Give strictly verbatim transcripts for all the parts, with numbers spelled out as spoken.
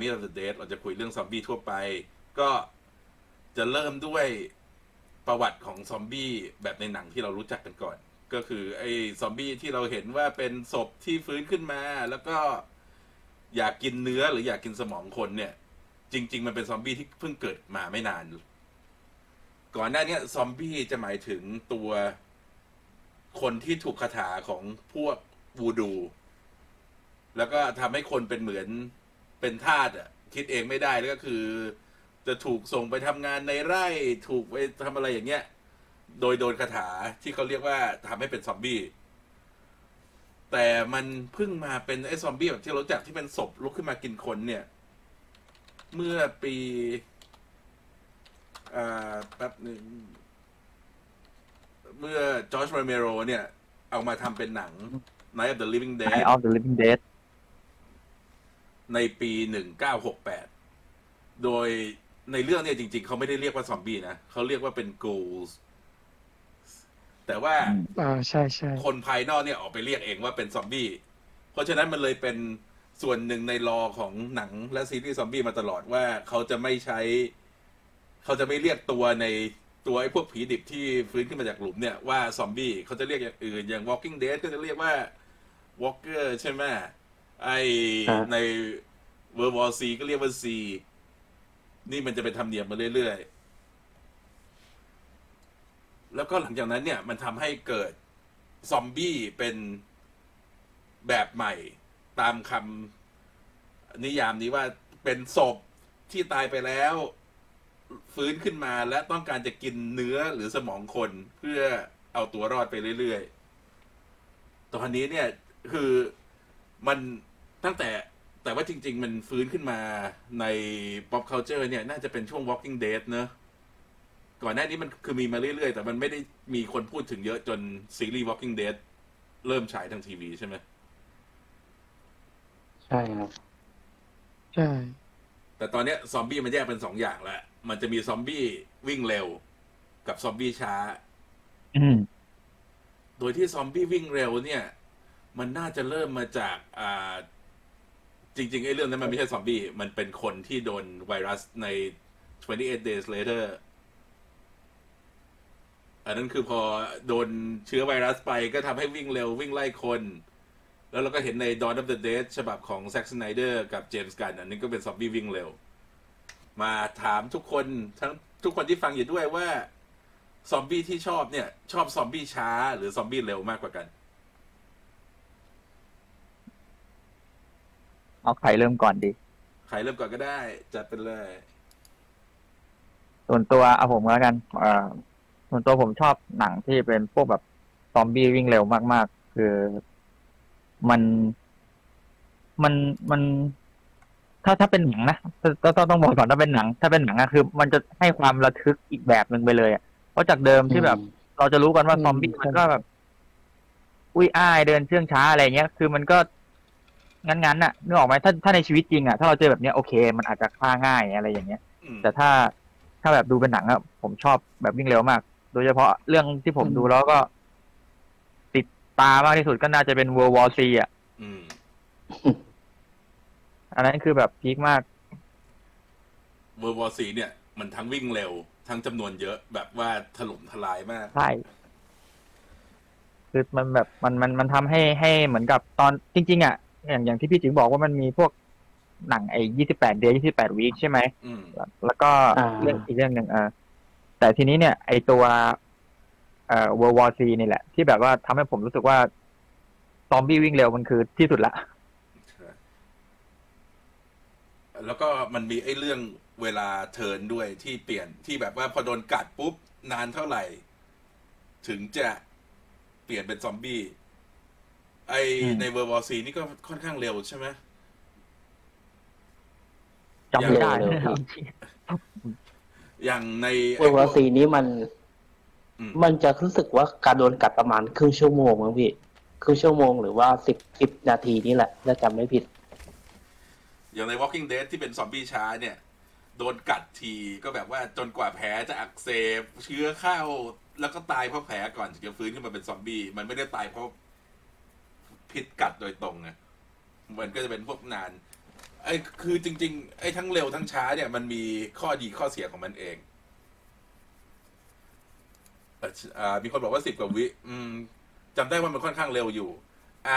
Dawn of the Dead เราจะคุยเรื่องซอมบี้ทั่วไปก็จะเริ่มด้วยประวัติของซอมบี้แบบในหนังที่เรารู้จักกันก่อนก็คือไอ้ซอมบี้ที่เราเห็นว่าเป็นศพที่ฟื้นขึ้นมาแล้วก็อยากกินเนื้อหรืออยากกินสมองคนเนี่ยจริงๆมันเป็นซอมบี้ที่เพิ่งเกิดมาไม่นานก่อนหน้านี้ซอมบี้จะหมายถึงตัวคนที่ถูกคาถาของพวกวูดูแล้วก็ทำให้คนเป็นเหมือนเป็นทาสอ่ะคิดเองไม่ได้แล้วก็คือจะถูกส่งไปทำงานในไร่ถูกไปทำอะไรอย่างเงี้ยโดยโดนคาถาที่เขาเรียกว่าทำให้เป็นซอมบี้แต่มันเพิ่งมาเป็นไอ้ซอมบี้แบบที่เรารู้จักที่เป็นศพลุกขึ้นมากินคนเนี่ยเมื่อปีอ่าแป๊บหนึ่งเมื่อจอร์จโรเมโรเนี่ยเอามาทำเป็นหนัง Night of the Living Dead Night of the Living Dead ในปีหนึ่งเก้าหกแปดโดยในเรื่องเนี่ยจริงๆเขาไม่ได้เรียกว่าซอมบี้นะเขาเรียกว่าเป็น ghouls แต่ว่าอ่าใช่ใช่คนภายนอกเนี่ยออกไปเรียกเองว่าเป็นซอมบี้เพราะฉะนั้นมันเลยเป็นส่วนหนึ่งในลอของหนังและซีรีส์ซอมบี้มาตลอดว่าเขาจะไม่ใช้เขาจะไม่เรียกตัวในตัวไอ้พวกผีดิบที่ฟื้นขึ้นมาจากหลุมเนี่ยว่าซอมบี้เขาจะเรียกอย่างอื่นอย่าง Walking Dead ก็จะเรียกว่า Walker ใช่ไหมไอใน World War C ก็เรียกว่า C นี่มันจะเป็นธรรมเนียมมาเรื่อยๆแล้วก็หลังจากนั้นเนี่ยมันทำให้เกิดซอมบี้เป็นแบบใหม่ตามคำนิยามนี้ว่าเป็นศพที่ตายไปแล้วฟื้นขึ้นมาและต้องการจะกินเนื้อหรือสมองคนเพื่อเอาตัวรอดไปเรื่อยๆตอนนี้เนี่ยคือมันตั้งแต่แต่ว่าจริงๆมันฟื้นขึ้นมาใน pop culture เนี่ยน่าจะเป็นช่วง Walking Dead เนอะก่อนหน้านี้มันคือมีมาเรื่อยๆแต่มันไม่ได้มีคนพูดถึงเยอะจนซีรีส์ Walking Dead เริ่มฉายทางทีวีใช่ไหมใช่ครับใช่แต่ตอนนี้ซอมบี้มันแยกเป็นสองอย่างแล้วมันจะมีซอมบี้วิ่งเร็วกับซอมบี้ช้าโดยที่ซอมบี้วิ่งเร็วเนี่ยมันน่าจะเริ่มมาจากอ่าจริงๆไอ้เรื่องนั้นมันไม่ใช่ซอมบี้มันเป็นคนที่โดนไวรัสในtwenty-eight days later อันนั้นคือพอโดนเชื้อไวรัสไปก็ทำให้วิ่งเร็ววิ่งไล่คนแล้วเราก็เห็นใน Dawn of the Dead ฉบับของแซ็กสไนเดอร์กับเจมส์กันอันนี้ก็เป็นซอมบี้วิ่งเร็วมาถามทุกคนทั้งทุกคนที่ฟังอยู่ด้วยว่าซอมบี้ที่ชอบเนี่ยชอบซอมบี้ช้าหรือซอมบี้เร็วมากกว่ากันเอาใครเริ่มก่อนดีใครเริ่มก่อนก็ได้จัดไปเลยส่วนตัวเอาผมแล้วกันอ่าส่วนตัวผมชอบหนังที่เป็นพวกแบบซอมบี้วิ่งเร็วมากๆคือมันมันมันถ้าถ้าเป็นหนังนะต้องต้องต้องบอกก่อนถ้าเป็นหนังถ้าเป็นหนังอะคือมันจะให้ความระทึกอีกแบบหนึ่งไปเลยอะเพราะจากเดิมที่แบบเราจะรู้กันว่าซอมบี้มันก็แบบอุ้ยอ้ายเดินเชื่องช้าอะไรเงี้ยคือมันก็งั้นๆน่ะนึกออกไหมถ้าถ้าในชีวิตจริงอะถ้าเราเจอแบบเนี้ยโอเคมันอาจจะฆ่าง่ายอะไรอย่างเงี้ยแต่ถ้าถ้าแบบดูเป็นหนังอะผมชอบแบบวิ่งเร็วมากโดยเฉพาะเรื่องที่ผมดูแล้วก็ติดตามากที่สุดก็น่าจะเป็น World War C อ่ะอันนั้นคือแบบพีคมาก World War C เนี่ยมันทั้งวิ่งเร็วทั้งจำนวนเยอะแบบว่าถล่มทลายมากใช่คือมันแบบมันมันมันทำให้ให้เหมือนกับตอนจริงๆอ่ะอย่างอย่างที่พี่จิ๋วบอกว่ามันมีพวกหนังไอ้ยี่สิบแปดเดย์ยี่สิบแปดวีคใช่ไหมแล้วก็เรื่องอีกเรื่องหนึ่งเออแต่ทีนี้เนี่ยไอ้ตัวเอ่อ World War C นี่แหละที่แบบว่าทำให้ผมรู้สึกว่าซอมบี้วิ่งเร็วมันคือที่สุดละแล้วก็มันมีไอ้เรื่องเวลาเทิร์นด้วยที่เปลี่ยนที่แบบว่าพอโดนกัดปุ๊บนานเท่าไหร่ถึงจะเปลี่ยนเป็นซอมบี้ไอใน World War C นี่ก็ค่อนข้างเร็วใช่ไหมจำไม่ได้อย่างใน World War C นี้มันมันจะรู้สึกว่าการโดนกัดประมาณครึ่งชั่วโมงมั้งพี่ครึ่งชั่วโมงหรือว่าสิบสิบนาทีนี่แหละถ้าจำไม่ผิดอย่างใน Walking Dead ที่เป็นซอมบี้ช้าเนี่ยโดนกัดทีก็แบบว่าจนกว่าแผลจะอักเสบเชื้อเข้าแล้วก็ตายเพราะแผลก่อนถึงจะฟื้นขึ้นมาเป็นซอมบี้มันไม่ได้ตายเพราะพิษกัดโดยตรงไงมันก็จะเป็นพวกนานไอ้คือจริงๆไอ้ทั้งเร็วทั้งช้าเนี่ย มันมีข้อดีข้อเสียของมันเองเอ่ออ่ามีคนบอกว่าสิบกว่าวิ อืมจำได้ว่ามันค่อนข้างเร็วอยู่อ่ะ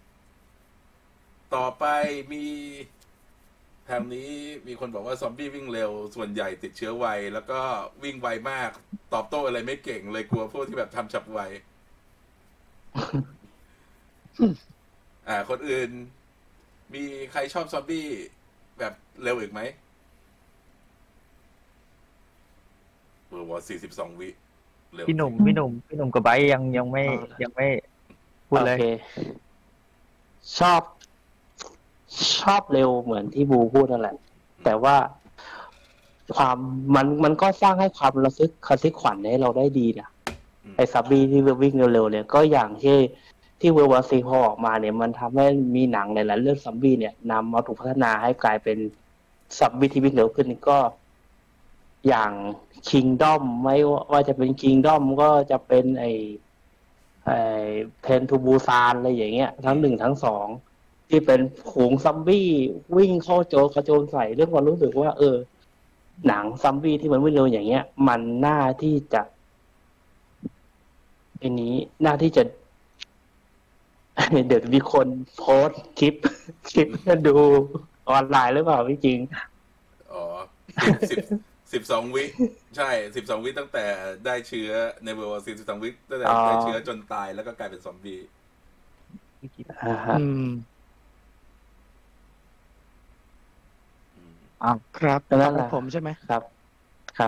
ต่อไปมีทางนี้มีคนบอกว่าซอมบี้วิ่งเร็วส่วนใหญ่ติดเชื้อไว แล้วก็วิ่งไวมาก ตอบโต้อะไรไม่เก่งเลยกลัวพวกที่แบบทำฉับไว อ่า คนอื่น มีใครชอบซอมบี้แบบเร็วอีกไหมเออว่าสี่สิบสองวิเร็วพี่หนุ่มพี่หนุ่มพี่หนุ่มกับไบร์ทยังยังไม่ยังไม่พูดโอเลยเค ชอบ ชอบเร็วเหมือนที่บูพูดนั่นแหละ แต่ว่าความมันมันก็สร้างให้ความระทึกระทึกขวัญให้เราได้ดีนะอืมไอ้ซับบี้ที่วิ่งเร็วๆเนี่ยก็อย่างที่ที่เวอร์วาซีพอออกมาเนี่ย มันทำให้มีหนังหลายๆเรื่องซัมบี้เนี่ยนำมาถูกพัฒนาให้กลายเป็นซัมบี้ที่วิ่งเร็วขึ้นก็อย่างคิงดอมไม่ว่าจะเป็นคิงดอมก็จะเป็นไอไอเทนทูบูซานอะไรอย่างเงี้ย ทั้งหนึ่งทั้งสองที่เป็นฝูงซัมบี้วิ่งเข้าโจรกระโจนใส่เรื่องความรู้สึกว่า เออ หนังซัมบี้ที่มันวิ่งเร็วอย่างเงี้ย มันน่าที่จะอันนี้น่าที่จะ เดี๋ยวมีคนโพสต์คลิป คลิปให้ดูออนไลน์หรือเปล่าพี่จริงอ๋อสิบสิบสองวิ ใช่สิบสองวิตั้งแต่ได้เชื้อในเวอร์วอร์ซีสิบสองวิตั้งแต่อ๋อได้เชื้อจนตายแล้วก็กลายเป็นซอมบี้อ่าฮะอืมอืมอ้าวครับนั่นแหละของผมใช่ไหมครับ ครับ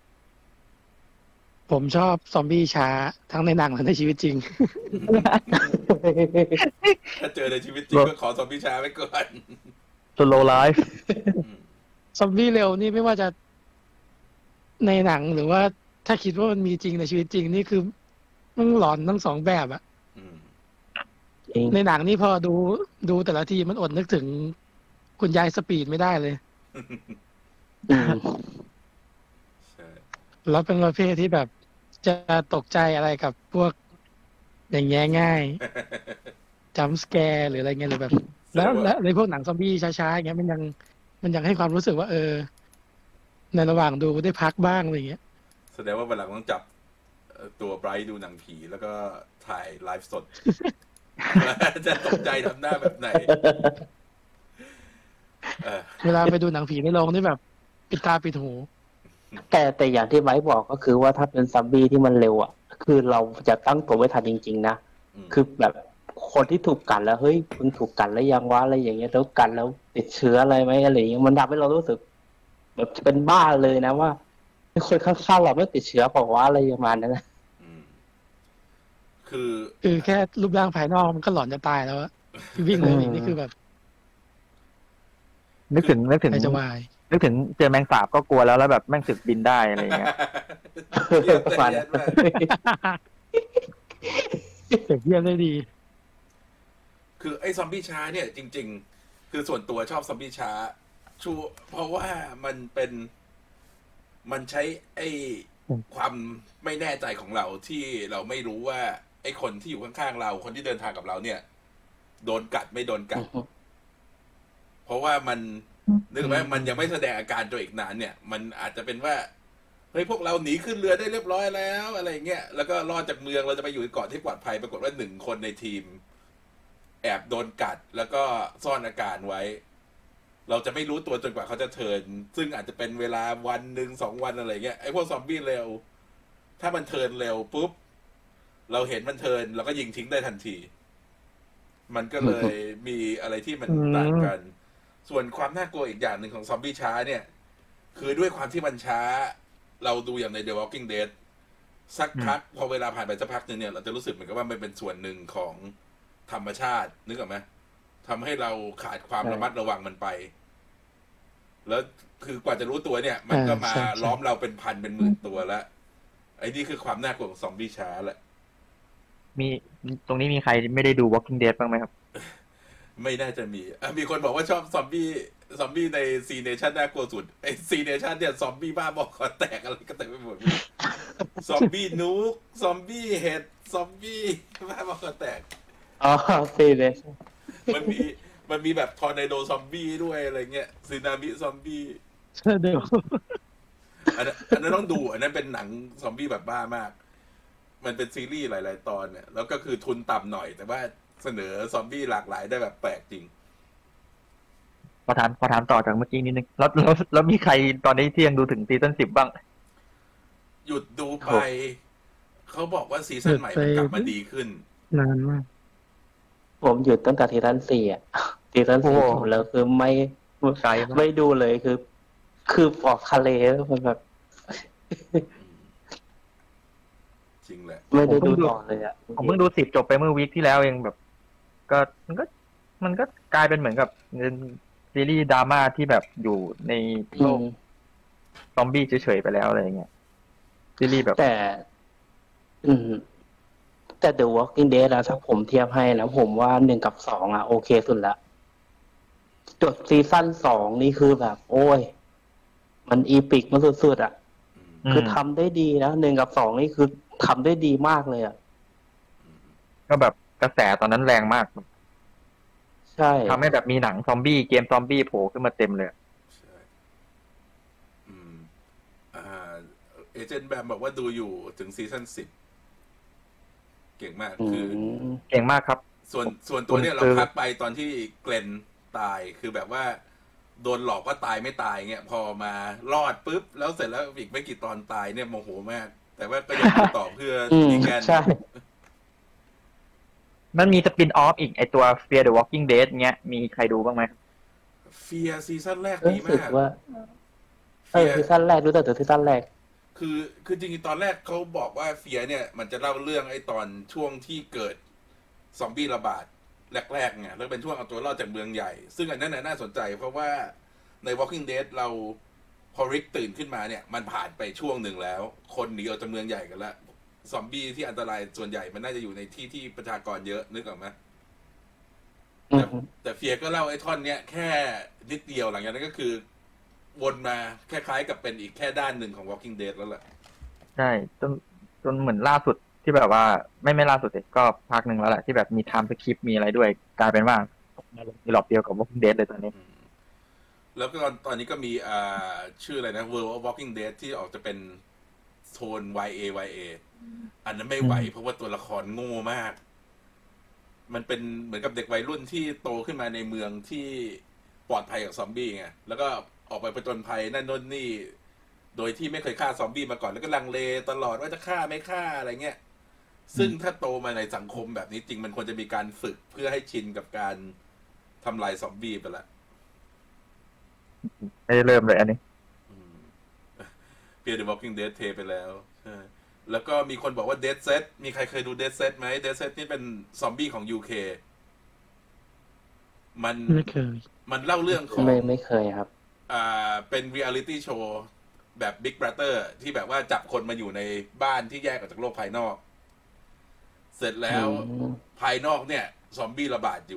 ผมชอบซอมบี้ช้าทั้งในหนังและในชีวิตจริงถ้าเจอในชีวิตจริงก็ขอซอมบี้ช้าไว้ก่อนสโลไลฟ์อืมซอมบี้เร็วนี่ไม่ว่าจะในหนังหรือว่าถ้าคิดว่ามันมีจริงในชีวิตจริง นี่คือมันหลอนทั้งสองแบบอะอืมเองในหนังนี่พอดูดูแต่ละทีมันอดนึกถึงคุณยายสปีดไม่ได้เลยอืมใช่แล้วเป็นประเภทที่แบบจะตกใจอะไรกับพวกอย่างเงี้ยง่ายจัมป์สแกร์หรืออะไรเงี้ยหรือแบบ แล้วแล้วในพวกหนังซอมบี้ช้าๆอย่างเงี้ยมันยังมันยังให้ความรู้สึกว่า เออ ในระหว่างดูได้พักบ้างอะไรเงี้ยแสดงว่าวันหลังต้องจับเอ่อตัวไบรท์ดูหนังผีแล้วก็ถ่ายไลฟ์สด จะตกใจทำหน้าแบบไหน เออเวลาไปดูหนังผีในโรงนี่แบบปิดตาปิดหูแต่แต่อย่างที่ไบร์ทบอกก็คือว่าถ้าเป็นซัมบี้ที่มันเร็วอ่ะ คือเราจะตั้งตัวไม่ทันจริงๆนะมคือแบบคนที่ถูกกัดแล้วเฮ้ยมึงถูกกัดแล้วยังวะอะไรอย่างเงี้ยแล้วกัดแล้วติดเชื้ออะไรไหมอะไรอย่างเงี้ยมันทำให้เรารู้สึก แบบจะเป็นบ้าเลยนะว่าคนข้างๆเราไม่ติดเชื้อเปล่าวะอะไรประมาณนั้นนะอืมคือคือแค่รูปร่างภายนอกมันก็หลอนจะตายแล้วอะที่วิ่งเลยนี่คือแบบนึกถึงนึกถึงใครจะวายนึกถึงเจอแมงสาบก็กลัวแล้วแล้วแบบแม่งสึกบินได้อะไรอย่างเงี้ยเยี่ยมประมาณเยี่นั้ยนมมากเก็บเยี่ยมได้ดีคือไอ้ซอมบี้ช้าเนี่ยจริง ๆ คือส่วนตัวชอบซอมบี้ช้าชูเพราะว่ามันเป็น มันใช้ไอ้ความไม่แน่ใจของเราที่เราไม่รู้ว่า ไอ้คนที่อยู่ข้างๆเรา คนที่เดินทางกับเราเนี่ย โดนกัดไม่โดนกัด เพราะว่ามันนึกไหมมันยังไม่แสดงอาการตัวอีกนานเนี่ย มันอาจจะเป็นว่าเฮ้ยพวกเราหนีขึ้นเรือได้เรียบร้อยแล้วอะไรเงี้ยแล้วก็รอดจากเมืองเราจะไปอยู่ในเกาะที่ปลอดภัยปรากฏว่าหนึ่งคนในทีม แอบโดนกัด แล้วก็ซ่อนอาการไว้ เราจะไม่รู้ตัวจนกว่าเขาจะเทิร์นซึ่งอาจจะเป็นเวลาวันหนึ่งสองวันอะไรเงี้ยไอ้พวกซอมบี้เร็ว ถ้ามันเทิร์นเร็วปุ๊บเราเห็นมันเทิร์นเราก็ยิงทิ้งได้ทันที มันก็เลยมีอะไรที่มันอืมต่างกัน ส่วนความน่ากลัวอีกอย่างหนึ่งของซอมบี้ช้าเนี่ย คือด้วยความที่มันช้า เราดูอย่างใน The Walking Dead สักพักพอเวลาผ่านไปสักพักหนึ่งเนี่ย เราจะรู้สึกเหมือนกับว่ามันเป็นส่วนหนึ่งของธรรมชาตินึกออกไหมทำให้เราขาดความใช่ระมัดระวังมันไป แล้วคือกว่าจะรู้ตัวเนี่ย มันก็มาอ่าใช่ใช่ล้อมเราเป็นพันเป็นหมื่นตัวแล้วไอ้นี่คือความน่ากลัวของซอมบี้ช้าแหละมีตรงนี้มีใครไม่ได้ดู Walking Dead บ้างไหมครับไม่น่าจะมีอ่ะมีคนบอกว่าชอบซอมบี้ซอมบี้ในซีเนชั่นน่ากลัวสุดไอซีเนชั่นเนี่ยซอมบี้บ้าบอกคอแตกอะไรก็เต็มไปหมดซอมบี้นูกซอมบี้เห็ดซอมบี้บ้าบอกคอแตกอ๋อซีเลยมันมีมมันมีแบบทอร์นาโดซอมบี้ด้วยอะไรเงี้ยสึนามิซอมบี้เดี๋ยวอันนั้นอันนั้นต้องดูอันนั้นเป็นหนังซอมบี้แบบบ้ามาก มันเป็นซีรีส์หลาย ๆ ตอนเนี่ยแล้วก็คือทุนต่ำหน่อย แต่ว่าเสนอซอมบี้หลากหลายได้แบบแปลกจริงขอถามขอถามต่อจากเมื่อกี้นิดนึงแล้วแล้วแล้วมีใครตอนนี้ที่ยังดูถึงซีซั่นสิบบ้างหยุดดูไป เขาบอกว่าซีซั่นใหม่มันกลับมาดีขึ้นนานมากผมหยุดตั้งแต่ซีซั่นสี่อ่ะซีซั่นสี่โอ้จบแล้วคือไม่ไกลมากไม่ดูเลยคือ คือออกทะเลแล้วมันแบบจริงแหละไม่ได้ดูต่อเลยอ่ะผมเพิ่งดูสิบจบไปเมื่อวีคที่แล้วเองแบบ ก็มันก็มันก็กลายเป็นเหมือนกับเป็นซีรีส์ดราม่าที่แบบอยู่ในอืโลกมซอมบี้เฉยๆไปแล้วอะไรอย่างเงี้ยซีรีส์แบบแต่ อืม แต่ The Walking Dead นะถ้าผมเทียบให้นะผมว่าหนึ่งกับสองอ่ะโอเคสุดละจดซีซั่นสองนี่คือแบบ โอ้ย มันอีปิกมันสุดๆอ่ะอืมคือทำได้ดีนะหนึ่งกับสองนี่คือทำได้ดีมากเลยอ่ะก็แบบกระแสตอนนั้นแรงมากใช่ทำให้แบบมีหนังซอมบี้เกมซอมบี้โผล่ขึ้นมาเต็มเลยใช่อืมอ่าเอเจนต์แบมบอกว่าดูอยู่ถึงซีซั่นสิบเก่งมากอืคือมเก่งมากครับส่วนส่วนตัวเนี่ยผมเราคือพักไปตอนที่เกรนตายคือแบบว่า โดนหลอกว่าตายไม่ตายเงี้ยพอมารอดปุ๊บ แล้วเสร็จแล้วอีกไม่กี่ตอนตายเนี่ยโมโหมาก แต่ว่าก็ยังดูต่อเพื่ออืมดีแกนใช่มันมีสปินออฟอีกไอตัว Fear the Walking Dead เงี้ยมีใครดูบ้างไหมเฟียซีซั่นแรกดีรู้สึกมากว่า เอเฟีอย ซีซั่นแรกรู้แต่แต่ซีซั่นแรกคือคือจริงๆตอนแรกเขาบอกว่าเฟียเนี่ย มันจะเล่าเรื่องไอ้ตอนช่วงที่เกิดซอมบี้ระบาดแรกๆไงแล้วเป็นช่วงเอาตัวรอดจากเมืองใหญ่ ซึ่งอันนั้นน่ะน่าสนใจ เพราะว่าใน Walking Dead เราพอริกตื่นขึ้นมาเนี่ย มันผ่านไปช่วงหนึ่งแล้ว คนหนีออกจากเมืองใหญ่กันแล้วซอมบี้ที่อันตรายส่วนใหญ่มันน่าจะอยู่ในที่ที่ประชากรเยอะนึกออกไหมอืแต่มแต่เฟียก็เล่าไอ้ท่อนเนี้ยแค่นิดเดียวหลังจากนั้นก็คือ วนมาคล้ายๆกับเป็นอีกแค่ด้านหนึ่งของ Walking Dead แล้วแหละใช่จนจนเหมือนล่าสุดที่แบบว่าไม่ไม่ล่าสุดเลยก็พักหนึ่งแล้วแหละที่แบบมีไทม์สคริปต์มีอะไรด้วย กลายเป็นว่ามีหลอบเดียวกับ Walking Dead เลยตอนนี้อืมแล้วก็ตอนตอนนี้ก็มีอ่าชื่ออะไรนะ World of Walking Dead ที่ออกจะเป็นโทน วาย เอ วาย เอ อันนั้นไม่ไหวอืมเพราะว่าตัวละครโง่มาก มันเป็นเหมือนกับเด็กวัยรุ่นที่โตขึ้นมาในเมืองที่ปลอดภัยจากซอมบี้ไง แล้วก็ออกไปผจญภัยนั่นโน่นนี่ โดยที่ไม่เคยฆ่าซอมบี้มาก่อน แล้วก็ลังเลตลอดว่าจะฆ่าไม่ฆ่าอะไรเงี้ย ซึ่งถ้าโตมาในสังคมแบบนี้จริงมันควรจะมีการฝึกเพื่อให้ชินกับการทำลายซอมบี้ไปละไม่ได้เริ่มเลยอันนี้เปียร์ The Walking Dead เทไปแล้วใช่แล้วก็มีคนบอกว่า Dead Set มีใครเคยดู Dead Set ไหม Dead Set นี่เป็นซอมบี้ของ ยู เค มันไม่เคยมันเล่าเรื่องของไม่ไม่เคยครับอ่าเป็นเรียลิตี้โชว์แบบ Big Brother ที่แบบว่าจับคนมาอยู่ในบ้านที่แยกออกจากโลกภายนอก เสร็จแล้วอืมภายนอกเนี่ย ซอมบี้ระบาดอยู่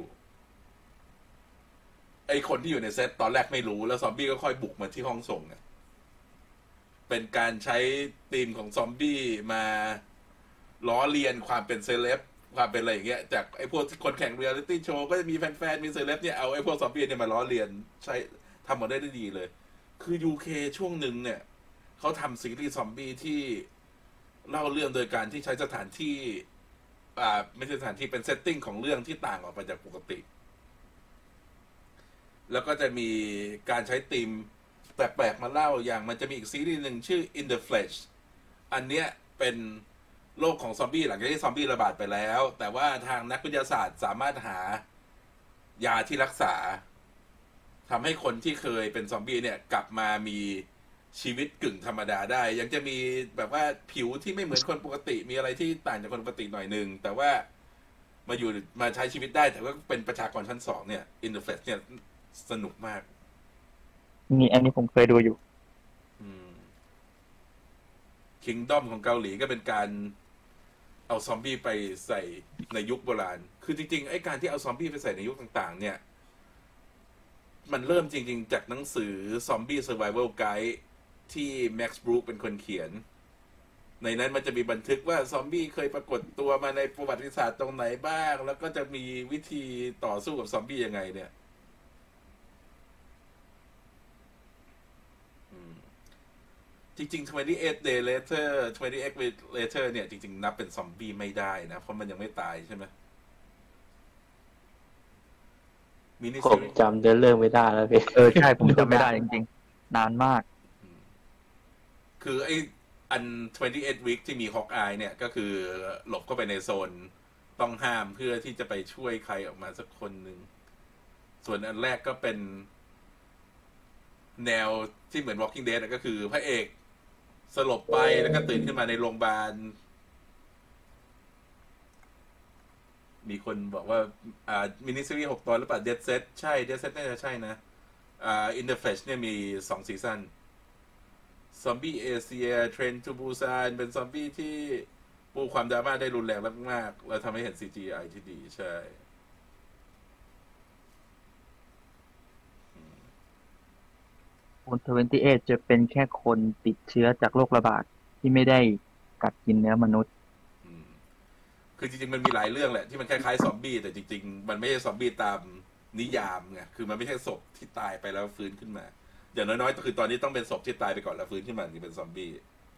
ไอคนที่อยู่ในเซตตอนแรกไม่รู้แล้วซอมบี้ก็ค่อยบุกมาที่ห้องส่งเนี่ยเป็นการใช้ธีมของซอมบี้มาล้อเลียนความเป็นเซเลบความเป็นอะไรอย่างเงี้ยจากไอพวกคนแข่งเรียลิตี้โชว์ก็จะมีแฟนๆมีเซเลบเนี่ยเอาไอพวกซอมบี้เนี่ยมาล้อเลียนใช้ทำมาได้ดีเลย คือ ยู เค ช่วงหนึ่งเนี่ยเขาทำซีรีส์ซอมบี้ที่เล่าเรื่องโดยการที่ใช้สถานที่ อ่าไม่ใช่สถานที่เป็นเซตติ้งของเรื่องที่ต่างออกไปจากปกติ แล้วก็จะมีการใช้ธีมแปลกๆมาเล่าอย่างมันจะมีอีกซีรีส์หนึ่งชื่อ In the Flesh อันเนี้ยเป็นโลกของซอมบี้หลังจากที่ซอมบี้ระบาดไปแล้ว แต่ว่าทางนักวิทยาศาสตร์สามารถหายาที่รักษาทำให้คนที่เคยเป็นซอมบี้เนี่ยกลับมามีชีวิตกึ่งธรรมดาได้ ยังจะมีแบบว่าผิวที่ไม่เหมือนคนปกติ มีอะไรที่ต่างจากคนปกติหน่อยนึงแต่ว่ามาอยู่มาใช้ชีวิตได้แต่ว่าเป็นประชากรชั้นสองเนี่ย In the Flesh เนี่ยสนุกมากนี่อันนี้ผมเคยดูอยู่คิงดอมของเกาหลีก็เป็นการเอาซอมบี้ไปใส่ในยุคโบราณ คือจริงๆไอ้การที่เอาซอมบี้ไปใส่ในยุคต่างๆ เนี่ย มันเริ่มจริงๆ จากหนังสือ Zombie Survival Guide ที่แม็กซ์บรูคเป็นคนเขียน ในนั้นมันจะมีบันทึกว่าซอมบี้เคยปรากฏตัวมาในประวัติศาสตร์ตรงไหนบ้าง แล้วก็จะมีวิธีต่อสู้กับซอมบี้ยังไงเนี่ยจริงๆtwenty-eight day later twenty-eight week later เนี่ยจริงๆนับเป็นซอมบี้ไม่ได้นะเพราะมันยังไม่ตายใช่ไหมมินิผซีมรีส์จำเดินเรื่องไม่ได้แล้วพี่เออใช่ผมจำไม่ได้จริงๆนานมากคือไอ้อันtwenty-eight week ที่มีฮอกอายเนี่ยก็คือหลบเข้าไปในโซนต้องห้ามเพื่อที่จะไปช่วยใครออกมาสักคนหนึ่งส่วนอันแรกก็เป็นแนวที่เหมือน Walking Dead ก็คือพระเอกสลบไปแล้วก็ตื่นขึ้นมาในโรงพยาบาลมีคนบอกว่าอ่ามินิซีรีส์หกตอนหรือเปล่า Dead Set ใช่ Dead Set น่าจะใช่นะอ่า In the Flesh เนี่ยมีสองซีซั่นซอมบี้เอเชียเทรนทูบูซานเป็นซอมบี้ที่ปูความดราม่าได้รุนแรงมากๆแล้วทำให้เห็น ซี จี ไอ ที่ดีใช่คนtwenty-eightจะเป็นแค่คนติดเชื้อจากโรคระบาดที่ไม่ได้กัดกินเนื้อมนุษย์อืมคือจริงๆมันมีหลายเรื่องแหละที่มันคล้ายๆซอมบี้แต่จริงๆมันไม่ใช่ซอมบี้ตามนิยามไงคือมันไม่ใช่ศพที่ตายไปแล้วฟื้นขึ้นมาอย่างน้อยๆคือตอนนี้ต้องเป็นศพที่ตายไปก่อนแล้วฟื้นขึ้นมาถึงเป็นซอมบี้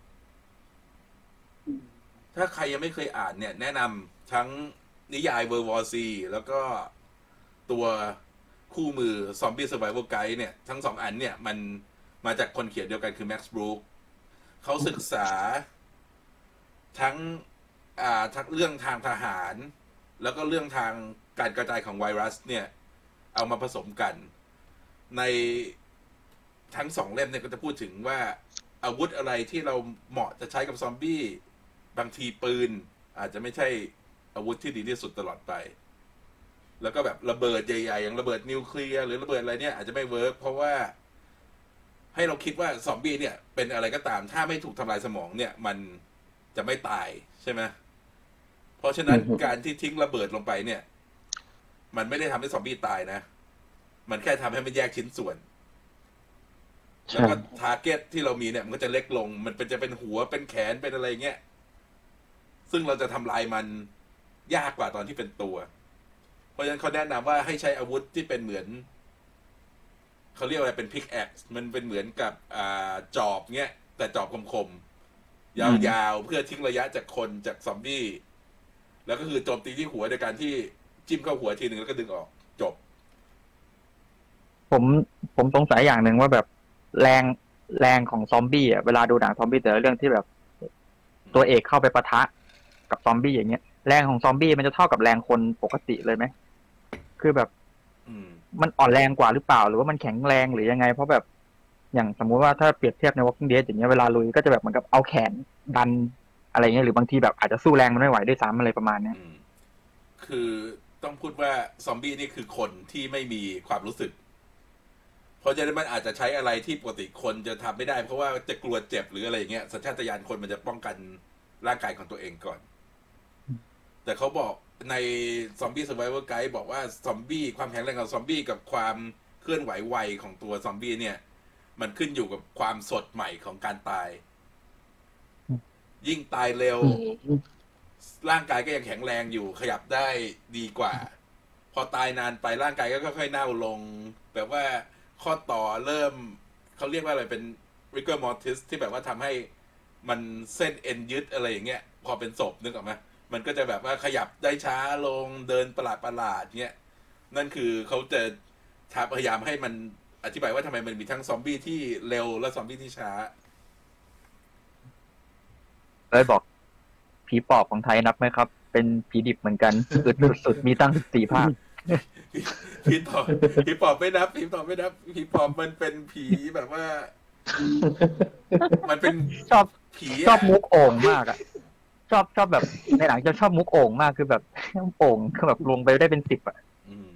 ถ้าใครยังไม่เคยอ่านเนี่ยแนะนำทั้งนิยาย World War C แล้วก็ตัวคู่มือ Zombie Survival Guide เนี่ยทั้งสองอันเนี่ยมันมาจากคนเขียนเดียวกันคือ Max Brooks เขาศึกษาทั้งอ่าทั้งเรื่องทางทหารแล้วก็เรื่องทางการกระจายของไวรัสเนี่ยเอามาผสมกันในทั้งสองเล่มเนี่ยก็จะพูดถึงว่าอาวุธอะไรที่เราเหมาะจะใช้กับซอมบี้บางทีปืนอาจจะไม่ใช่อาวุธที่ดีที่สุดตลอดไปแล้วก็แบบระเบิดใหญ่ๆอย่างระเบิดนิวเคลียร์หรือระเบิดอะไรเนี่ยอาจจะไม่เวิร์กเพราะว่าให้เราคิดว่าซอมบี้เนี่ยเป็นอะไรก็ตามถ้าไม่ถูกทำลายสมองเนี่ยมันจะไม่ตายใช่ไหมเพราะฉะนั้นอือฮึการที่ทิ้งระเบิดลงไปเนี่ยมันไม่ได้ทำให้ซอมบี้ตายนะมันแค่ทำให้มันแยกชิ้นส่วนแล้วก็ทาร์เก็ตที่เรามีเนี่ยมันก็จะเล็กลงมันเป็นจะเป็นหัวเป็นแขนเป็นอะไรเงี้ยซึ่งเราจะทำลายมันยากกว่าตอนที่เป็นตัวเพราะฉะนั้นเขาแนะนำว่าให้ใช้อาวุธที่เป็นเหมือนเขาเรียกอะไรเป็นพิกแอ็กซ์มันเป็นเหมือนกับอ่าจอบเงี้ยแต่จอบคมๆยาวๆเพื่อทิ้งระยะจากคนจากซอมบี้แล้วก็คือโจมตีที่หัวโดยการที่จิ้มเข้าหัวทีหนึ่งแล้วก็ดึงออกจบผมผมสงสัยอย่างหนึ่งว่าแบบแรงแรงของซอมบี้อ่ะเวลาดูหนังซอมบี้แต่ละเรื่องที่แบบ ตัวเอกเข้าไปปะทะกับซอมบี้อย่างเงี้ยแรงของซอมบี้มันจะเท่ากับแรงคนปกติเลยไหมคือแบบอืมมันอ่อนแรงกว่าหรือเปล่าหรือว่ามันแข็งแรงหรือยังไงเพราะแบบอย่างสมมุติว่าถ้าเปรียบเทียบใน Walking Dead อย่างเงี้ยเวลาลุยก็จะแบบเหมือนกับเอาแขนดันอะไรเงี้ยหรือบางทีแบบอาจจะสู้แรงมันไม่ไหวด้วยซ้ำอะไรประมาณเนี้ยอืมคือต้องพูดว่าซอมบี้นี่คือคนที่ไม่มีความรู้สึก เพราะฉะนั้นมันอาจจะใช้อะไรที่ปกติคนจะทำไม่ได้ เพราะว่าจะกลัวเจ็บหรืออะไรอย่างเงี้ยสัญชาตญาณคนมันจะป้องกันร่างกายของตัวเองก่อน แต่เขาบอกในซอมบี้ Survival Guide บอกว่าซอมบี้ความแข็งแรงของซอมบี้กับความเคลื่อนไหวไวของตัวซอมบี้เนี่ย มันขึ้นอยู่กับความสดใหม่ของการตาย ยิ่งตายเร็ว ร่างกายก็ยังแข็งแรงอยู่ขยับได้ดีกว่า พอตายนานไปร่างกายก็ค่อยๆเน่าลง แบบว่าข้อต่อเริ่มเขาเรียกว่าอะไรเป็น rigor mortis ที่แบบว่าทำให้มันเส้นเอ็นยึดอะไรอย่างเงี้ยพอเป็นศพนึกออกไหมมันก็จะแบบว่าขยับได้ช้าลงเดินประหลาดประหลาดเงี้ยนั่นคือเขาจะพยายามให้มันอธิบายว่าทำไมมันมีทั้งซอมบี้ที่เร็วและซอมบี้ที่ช้าเลยบอกผีปอบของไทยนับไหมครับ เป็นผีดิบเหมือนกันอึดสุดๆมีตั้งสิบสี่ภาคผีปอบผีปอบไม่นับผีปอบไม่นับผีปอบมันเป็นผีแบบว่า มันเป็นชอบผีชอบมุกโอ่งมากอะชอบชอบแบบในหนังจะชอบมุกโอ่งมากคือแบบ โอ่งคือแบบลงไปได้เป็นสิบอะอืม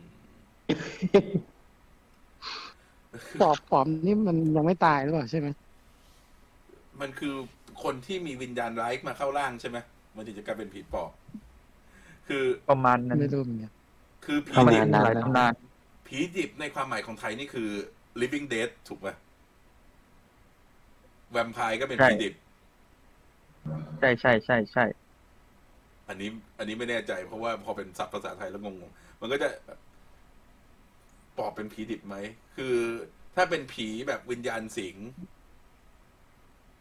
ปอบปอบนี่มันยังไม่ตายหรือเปล่าใช่ไหมมันคือคนที่มีวิญญาณร้ายมาเข้าร่างใช่ไหมมันถึงจะกลายเป็นผีปอบ คือประมาณนั้นไม่รู้เหมือนกันคือผีประมาณดิบนั้นหลายตำนานผีดิบในความหมายของไทยนี่คือ living dead ถูกไหมแวมไพร์ก็เป็นใช่ผีดิบใช่ใช่ใช่ใช่อันนี้ อันนี้ไม่แน่ใจ เพราะว่าพอเป็นศัพท์ภาษาไทยแล้วงงๆมันก็จะแบบปอบเป็นผีดิบไหม คือถ้าเป็นผีแบบวิญญาณสิง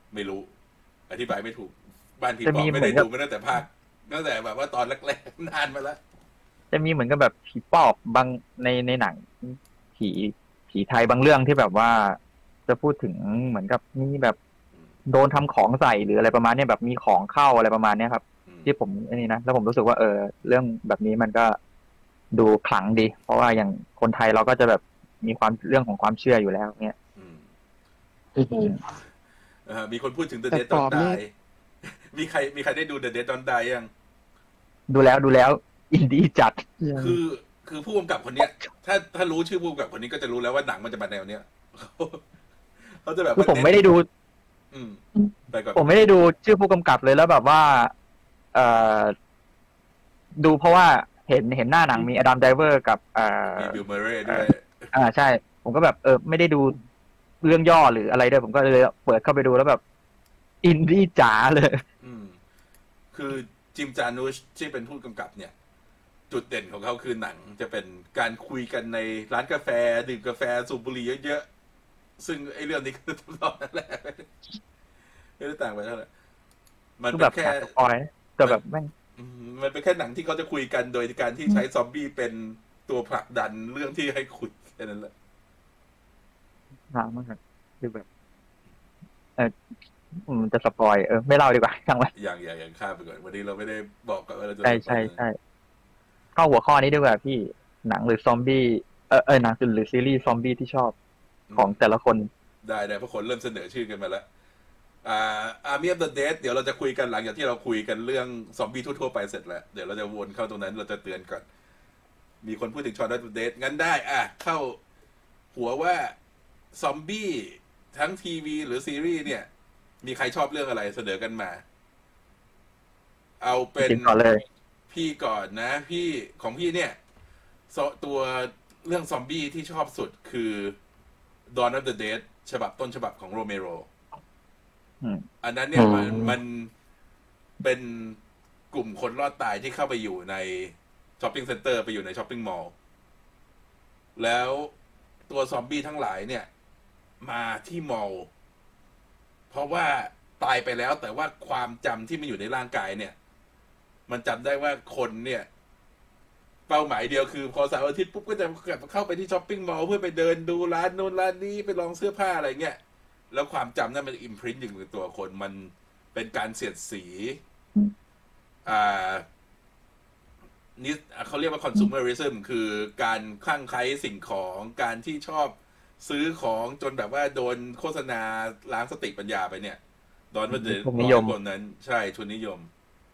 ไม่รู้ อธิบายไม่ถูก บ้านพี่จะปอมีไม่เหมืได้อนกัดูบมาตั้งแต่ภาคตั้งแต่แบบว่าตอนแรกๆนานมาแล้วจะมีเหมือนกับแบบผีปอบบางในในหนังผีผีไทยบางเรื่องที่แบบว่า จะพูดถึงเหมือนกับมีแบบโดนทำของใส่หรืออะไรประมาณเนี้ยแบบมีของเข้าอะไรประมาณเนี้ยครับอืมที่ผมอันนี้นะแล้วผมรู้สึกว่าเออเรื่องแบบนี้มันก็ดูขลังดี เพราะว่าอย่างคนไทยเราก็จะแบบมีความเรื่องของความเชื่ออยู่แล้วเนี่ยอืมอืมเอ่อมีคนพูดถึง The แต่ Dead ปอ Don't บนี่ Die มีใครมีใครได้ดู The Dead Don't Die ยังดูแล้วดูแล้วอินดี้จัดยังคือคือผู้กำกับคนเนี้ย ถ้าถ้ารู้ชื่อผู้กำกับคนนี้ก็จะรู้แล้วว่าหนังมันจะมาแนวเนี้ย เขาจะแบบคือว่าผมไม่ได้ดูอืมไปก่อนผมไม่ได้ดูชื่อผู้กำกับเลยแล้วแบบว่า เอ่อดูเพราะว่าเห็นเห็นหน้าหนังมีอดัมไดเวอร์กับเอ่อมีบิลเมอร์เรย์ด้วยอ่าใช่ ผมก็แบบเออไม่ได้ดูเรื่องย่อหรืออะไรด้วยผมก็เลยเปิดเข้าไปดูแล้วแบบ อินดี้จ๋าเลยอืม คือจิมจานุชที่เป็นผู้กำกับเนี่ย จุดเด่นของเขาคือหนังจะเป็นการคุยกันในร้านกาแฟดื่มกาแฟสูบบุหรี่เยอะๆซึ่งไอ้เรื่องนี้ก็ทำนองนั่นแหละไม่ได้ต่างไปเท่าไหร่มันคือเป็แบบนแค่หนังสปอยแต่แบบแม่งอืมมันเป็นแค่หนังที่เขาจะคุยกันโดยการที่ใช้ซอมบี้เป็นตัวผลักดันเรื่องที่ให้คุยแค่นั้นแหละหนามากคือแบบ เออมันจะสปอยเออไม่เล่าดีกว่าช่างมันอย่างอย่างอย่างข้ามไปก่อนวันนี้เราไม่ได้บอกกันว่าเราจะใช่ใช่ใช่เข้าหัวข้อนี้ดีกว่าพี่หนังหรือซอมบี้เออเออหนังหรือซีรีส์ซอมบี้ที่ชอบของแต่ละคนได้ได้เพราะคนเริ่มเสนอชื่อกันมาแล้วอ่า Army of the Dead เดี๋ยวเราจะคุยกันหลังจากที่เราคุยกันเรื่องซอมบี้ทั่วๆไปเสร็จแล้วเดี๋ยวเราจะวนเข้าตรงนั้นเราจะเตือนก่อนมีคนพูดถึง Shaun of the Dead งั้นได้อ่ะเข้าหัวว่าซอมบี้ทั้งทีวีหรือซีรีส์เนี่ย มีใครชอบเรื่องอะไรเสนอกันมา เอาเป็นกินก่อนเลยพี่ก่อนนะ พี่ของพี่เนี่ยซอตัวเรื่องซอมบี้ที่ชอบสุดคือ Dawn of the Dead ฉบับต้นฉบับของโรเมโรอืมอันนั้นเนี่ยมันอืมมันเป็นกลุ่มคนรอดตายที่เข้าไปอยู่ในช้อปปิ้งเซ็นเตอร์ไปอยู่ในช้อปปิ้งมอลล์แล้วตัวซอมบี้ทั้งหลายเนี่ย มาที่มอลล์เพราะว่าตายไปแล้วแต่ว่าความจำที่มันอยู่ในร่างกายเนี่ย มันจำได้ว่าคนเนี่ย เป้าหมายเดียวคือ พอเสาร์อาทิตย์ปุ๊บก็จะกลับเข้าไปที่ช้อปปิ้งมอลล์เพื่อไปเดินดูร้านโน้นร้านนี้ไปลองเสื้อผ้าอะไรเงี้ยแล้วความจำนั้นมันอิมพรินต์อยู่ในตัวคนมันเป็นการเสียดสี อ่านี่เขาเรียกว่า consumerism คือการคลั่งไคล้สิ่งของการที่ชอบซื้อของจนแบบว่าโดนโฆษณาล้างสติปัญญาไปเนี่ยดอนมันเดทุนนิยมคนนั้น ใช่ทุนนิยม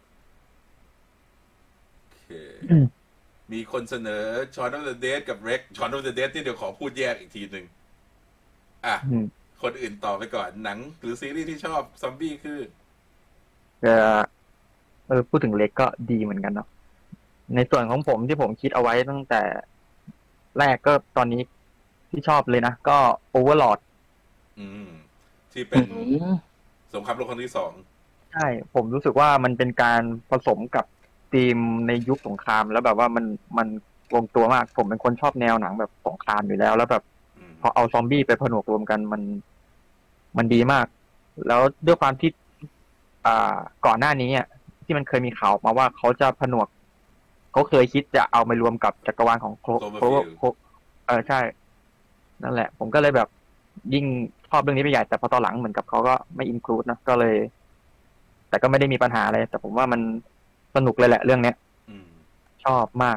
โอเคอืมมีคนเสนอ Shaun of the Dead กับ Wreck Shaun of the Dead ที่เดี๋ยวขอพูดแยกอีกทีหนึ่งอ่ะอืมคนอื่นต่อไปก่อนหนังหรือซีรีส์ที่ชอบซอมบี้คือจะเออพูดถึงเล็กก็ดีเหมือนกันเนาะในส่วนของผมที่ผมคิดเอาไว้ตั้งแต่แรกก็ตอนนี้ที่ชอบเลยนะ ก็ Overlord อืม ที่เป็นอืมสงครามโลกครั้งที่สองใช่ ผมรู้สึกว่ามันเป็นการผสมกับธีมในยุคสงคราม แล้วแบบว่ามันมันลงตัวมาก ผมเป็นคนชอบแนวหนังแบบสงครามอยู่แล้ว แล้วแบบอืมพอเอาซอมบี้ไปผนวกรวมกันมันมันดีมาก แล้วด้วยความที่อ่าก่อนหน้านี้อ่ะที่มันเคยมีข่าวออกมาว่าเขาจะผนวกเขาเคยคิดจะเอามารวมกับจักรวาลของโคโคโคเออใช่ นั่นแหละ ผมก็เลยแบบยิ่งชอบเรื่องนี้ไปใหญ่แต่พอตอนหลังเหมือนกับเขาก็ไม่อินคลูดนะก็เลย แต่ก็ไม่ได้มีปัญหาอะไรแต่ผมว่ามันสนุกเลยแหละเรื่องเนี้ยอืมชอบมาก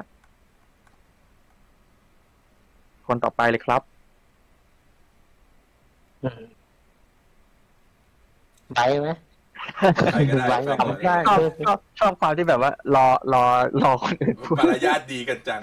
คนต่อไปเลยครับอืมไบร์ทไหมใครก็ได้ไว้ใครก่อนก็ได้ชอบชอบชอบความที่แบบว่า รอรอรอคนอื่นพูดมารยาทดีกันจัง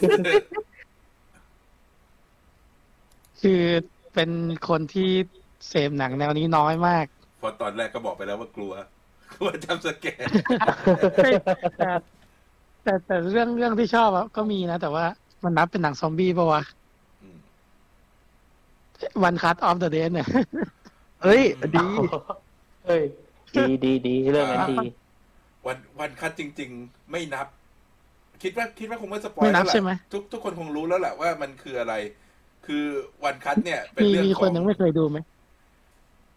คือเป็นคนที่เสพหนังแนวนี้น้อยมากเพราะตอนแรกก็บอกไปแล้วว่ากลัว กลัวจำสแกนแต่แต่แต่เรื่องเรื่องที่ชอบอะก็มีนะ แต่ว่ามันนับเป็นหนังซอมบี้ปะวะอืม One Cut of the Dead เนี่ยเฮ้ย ดีเฮ้ย ดีดีดีเรื่องนั้นดีวันวันคัดจริง ๆ ไม่นับ คิดว่าคิดว่าคงไม่สปอยไม่นับแล้วแหละใช่ไหมทุกทุกคนคงรู้แล้วแหละว่ามันคืออะไร คือวันคัดเนี่ย เป็นมีเรื่องมีขคอน งยังไม่เคยดูไหม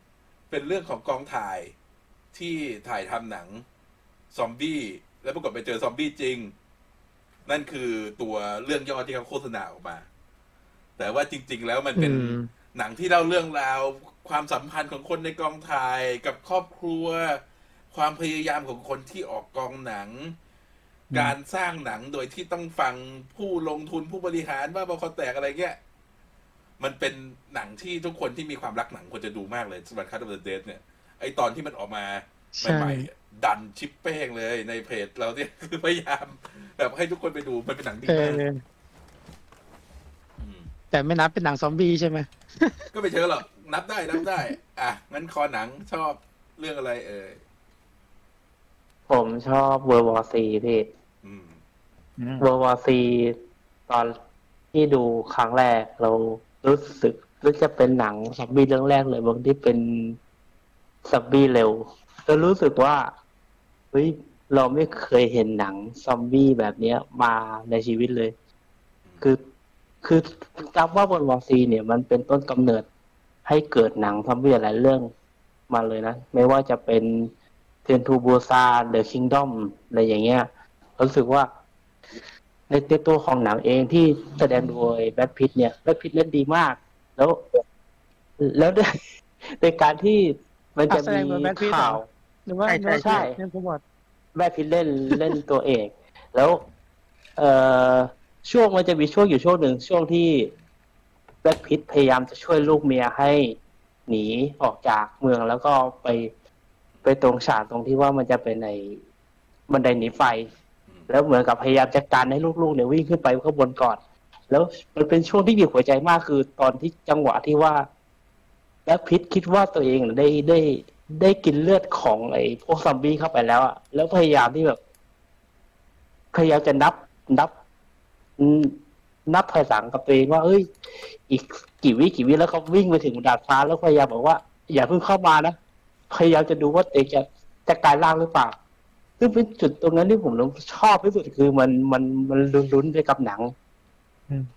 เป็นเรื่องของกองถ่ายที่ถ่ายทำหนังซอมบี้แล้วปรากฏไปเจอซอมบี้จริง นั่นคือตัวเรื่องย่อที่เขาโฆษณาออกมา แต่ว่าจริง ๆ แล้วมันเป็นอืมหนังที่เล่าเรื่องราวความสัมพันธ์ของคนในกองถ่ายกับครอบครัว ความพยายามของคนที่ออกกองหนัง การสร้างหนังโดยที่ต้องฟังผู้ลงทุนผู้บริหารว่าบอคอแตกอะไรเงี้ยมันเป็นหนังที่ทุกคนที่มีความรักหนังควรจะดูมากเลยสำหรับคัตเตอร์เดทเนี่ยไอตอนที่มันออกมาใช่ใหม่ๆดันชิปเป้งเลยในเพจเราเนี่ย คือพยายามแบบให้ทุกคนไปดูมันเป็นหนังดีเอมากออืมแต่ไม่นับเป็นหนังซอมบี้ใช่ไหมก็ไม่เชิงหรอกนับได้นับได้ อ่ะงั้นคอหนังชอบเรื่องอะไร เอ่ยผมชอบเวอร์วอซีพี่อืมอืมเวอร์วอซีตอนที่ดูครั้งแรกเรารู้สึกรู้จะเป็นหนังซอมบี้เรื่องแรกเลยบางที่เป็นซอมบี้เร็วแล้วรู้สึกว่าเฮ้ยเราไม่เคยเห็นหนังซอมบี้แบบเนี้ยมาในชีวิตเลย คือคือจำว่าบนวอซีเนี่ยมันเป็นต้นกำเนิดให้เกิดหนังซอมบี้หลายเรื่องมาเลยนะ ไม่ว่าจะเป็นเทรนทูบูซานเดอะคิงดอมอะไรอย่างเงี้ยรู้สึกว่า ในตัวของหนังเองที่แสดงโดยแบทพิตเนี่ยแบทพิตเล่นดีมาก แล้ว แล้วในในการที่มันจะอ่ะแสดมีงโดย Brad Pitt ข่าวหรือว่าใช่หรือว่าใช่เรื่องผมบอกแบทพิตเล่นเล่นตัวเอก แล้ว เอ่อช่วงมันจะมีช่วงอยู่ช่วงหนึ่งช่วงที่แบทพิตพยายามจะช่วยลูกเมียให้หนีออกจากเมืองแล้วก็ไปไปตรงฉากตรงที่ว่ามันจะเป็นในบันไดหนีไฟ แล้วเหมือนกับพยายามจัดการให้ลูกๆเนี่ยวิ่งขึ้นไปข้างบนก่อน แล้วมันเป็นช่วงที่บีบหัวใจมากคือตอนที่จังหวะที่ว่าแบทพิตคิดว่าตัวเองได้ได้ได้กินเลือดของไอ้พวกซอมบี้เข้าไปแล้วอะแล้วพยายามที่แบบ พยายามจะนับนับอืมนับถอยหลังกับตัวเองว่าเอ้ย อีกกี่วิกี่วิแล้วเขาวิ่งไปถึงดาดฟ้าแล้วพยายามบอกว่า อย่าเพิ่งเข้ามานะพยายามจะดูว่าตัวเองจะจะกลายร่างหรือเปล่าซึ่งเป็นจุดตรงนั้นที่ผมชอบที่สุดคือมันมันมันลุ้นๆไปกับหนังอืม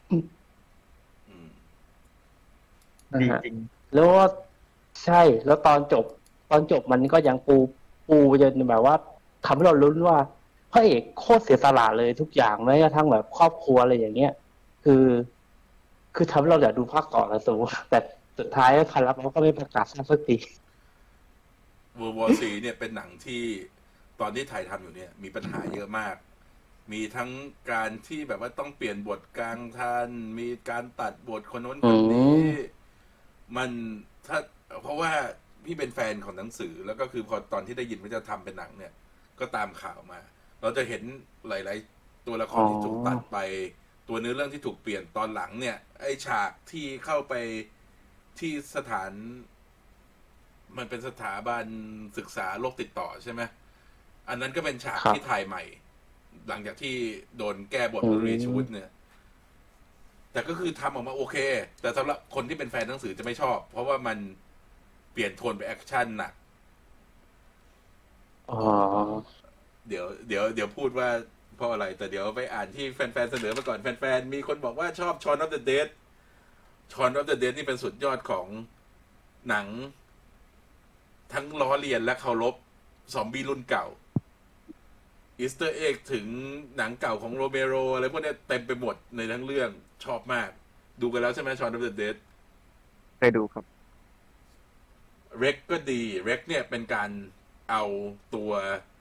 ดีนะฮะจริงแล้วว่าใช่ แล้วตอนจบ ตอนจบมันก็ยังปูปูจนแบบว่าทำให้เราลุ้นว่าพระเอกโคตรเสียสละเลยทุกอย่างแม้กระทั่งแบบครอบครัวอะไรอย่างเงี้ย คือ คือทำให้เราอยากดูภาคต่อแล้วสูแต่สุดท้ายพันรับเขาก็ไม่ประกาศสักที World War ซีเนี่ยเป็นหนังที่ตอนที่ถ่ายทำอยู่เนี่ย มีปัญหาเยอะมาก มีทั้งการที่แบบว่าต้องเปลี่ยนบทกลางทันมีการตัดบทคนโน้นคนนี้อืมมันถ้าเพราะว่าพี่เป็นแฟนของหนังสือ แล้วก็คือพอตอนที่ได้ยินว่าจะทำเป็นหนังเนี่ย ก็ตามข่าวมา เราจะเห็นหลาย ๆ ตัวละครที่ถูกตัดไป ตัวเนื้อเรื่องที่ถูกเปลี่ยนตอนหลังเนี่ย ไอฉากที่เข้าไปที่สถาน มันเป็นสถาบันศึกษาโรคติดต่อใช่ไหม อันนั้นก็เป็นฉากครับที่ถ่ายใหม่ หลังจากที่โดนแก้บทอืมรีชูดเนี่ย แต่ก็คือทำออกมาโอเค แต่สำหรับคนที่เป็นแฟนหนังสือจะไม่ชอบ เพราะว่ามันเปลี่ยนโทนไปแอคชั่นหนักอ๋อเดี๋ยวเดี๋ยวเดี๋ยวพูดว่าเพราะอะไร แต่เดี๋ยวไปอ่านที่แฟนๆเสนอมาก่อน แฟนๆมีคนบอกว่าชอบชอนออฟเดอะเดดชอนออฟเดอะเดดนี่เป็นสุดยอดของหนัง ทั้งล้อเลียนและเคารพซอมบี้รุ่นเก่าอีสเตอร์เอ็กถึงหนังเก่าของโรเมโรอะไรพวกนี้เต็มไปหมดในทั้งเรื่องชอบมาก ดูกันแล้วใช่ไหมชอนออฟเดอะเดดเคยดูครับเร็กก็ดีเร็กเนี่ยเป็นการเอาตัว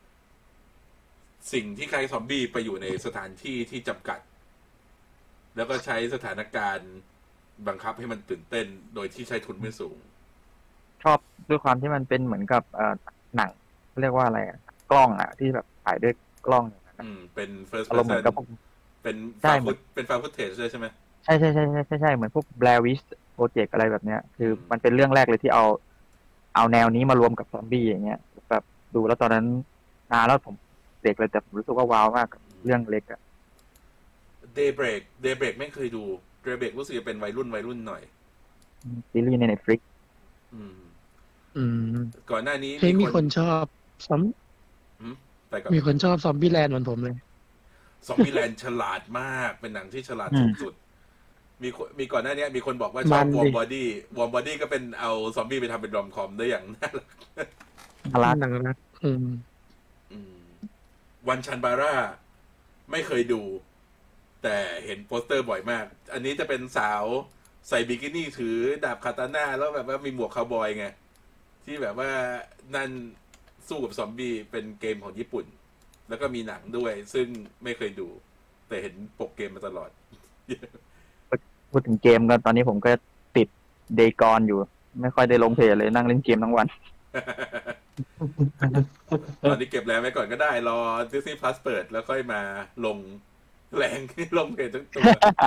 สิ่งที่คล้ายซอมบี้ไปอยู่ในสถานที่ที่จำกัด แล้วก็ใช้สถานการณ์บังคับให้มันตื่นเต้นโดยที่ใช้ทุนไม่สูงชอบด้วยความที่มันเป็นเหมือนกับเอ่อหนังเรียกว่าอะไรอะกล้องอะที่แบบถ่ายด้วยกล้องอย่างนั้นอะอืมเป็น first อารมณ์เหมือน person กับพวกเป็นใช่ฟาวเหมืฟุอนตเป็นฟาวฟุตเทจด้วยใช่ไหมใช่ใช่ใช่ใช่ใช่ใช่เหมือนพวก Blair Witch Project อะไรแบบเนี้ย คือมมันเป็นเรื่องแรกเลยที่เอา เอาแนวนี้มารวมกับซอมบี้อย่างเงี้ยแบบดูแล้วตอนนั้นนานแล้วผมเด็กเลยแต่ผมรู้สึกว่าว้าวมากกับเรื่องเล็กอะ Daybreak Daybreak ไม่เคยดู Daybreak รู้สึกจะเป็นวัยรุ่นวัยรุ่นหน่อยซีรีส์ใน Netflix อืมอืมก่อนหน้านี้เฮ้ยมีคนชอบซอมอืมไปก่อนมีคนชอบซอมบี้แลนด์เหมือนผมเลยซอมบี้แลนด์ฉลาดมากเป็นหนังที่ฉลาดอืมสุดมีคนมีก่อนหน้านี้มีคนบอกว่าชมัอบนวอดิร์มบอดี้วอร์มบอดี้ก็เป็นเอาซอมบี้ไปทำเป็นรอมคอมได้อย่างน่ารักน่ารักหนังรักอืมอืมวันชันบาร่าไม่เคยดู แต่เห็นโปสเตอร์บ่อยมาก อันนี้จะเป็นสาวใส่บิกินี่ถือดาบคาตาน่าแล้วแบบว่ามีหมวกคาวบอยไง ที่แบบว่านั่นสู้กับซอมบี้เป็นเกมของญี่ปุ่น แล้วก็มีหนังด้วย ซึ่งไม่เคยดู แต่เห็นปกเกมมาตลอดพูดถึงเกมก็ตอนนี้ผมก็ติดเดย์กอนอยู่ ไม่ค่อยได้ลงเพจเลยนั่งเล่นเกมทั้งวันตอนนี้เก็บแรงไว้ก่อนก็ได้ รอ Disney Plus เปิดแล้วค่อยมาลงแรง ลงเพจทั้งตัว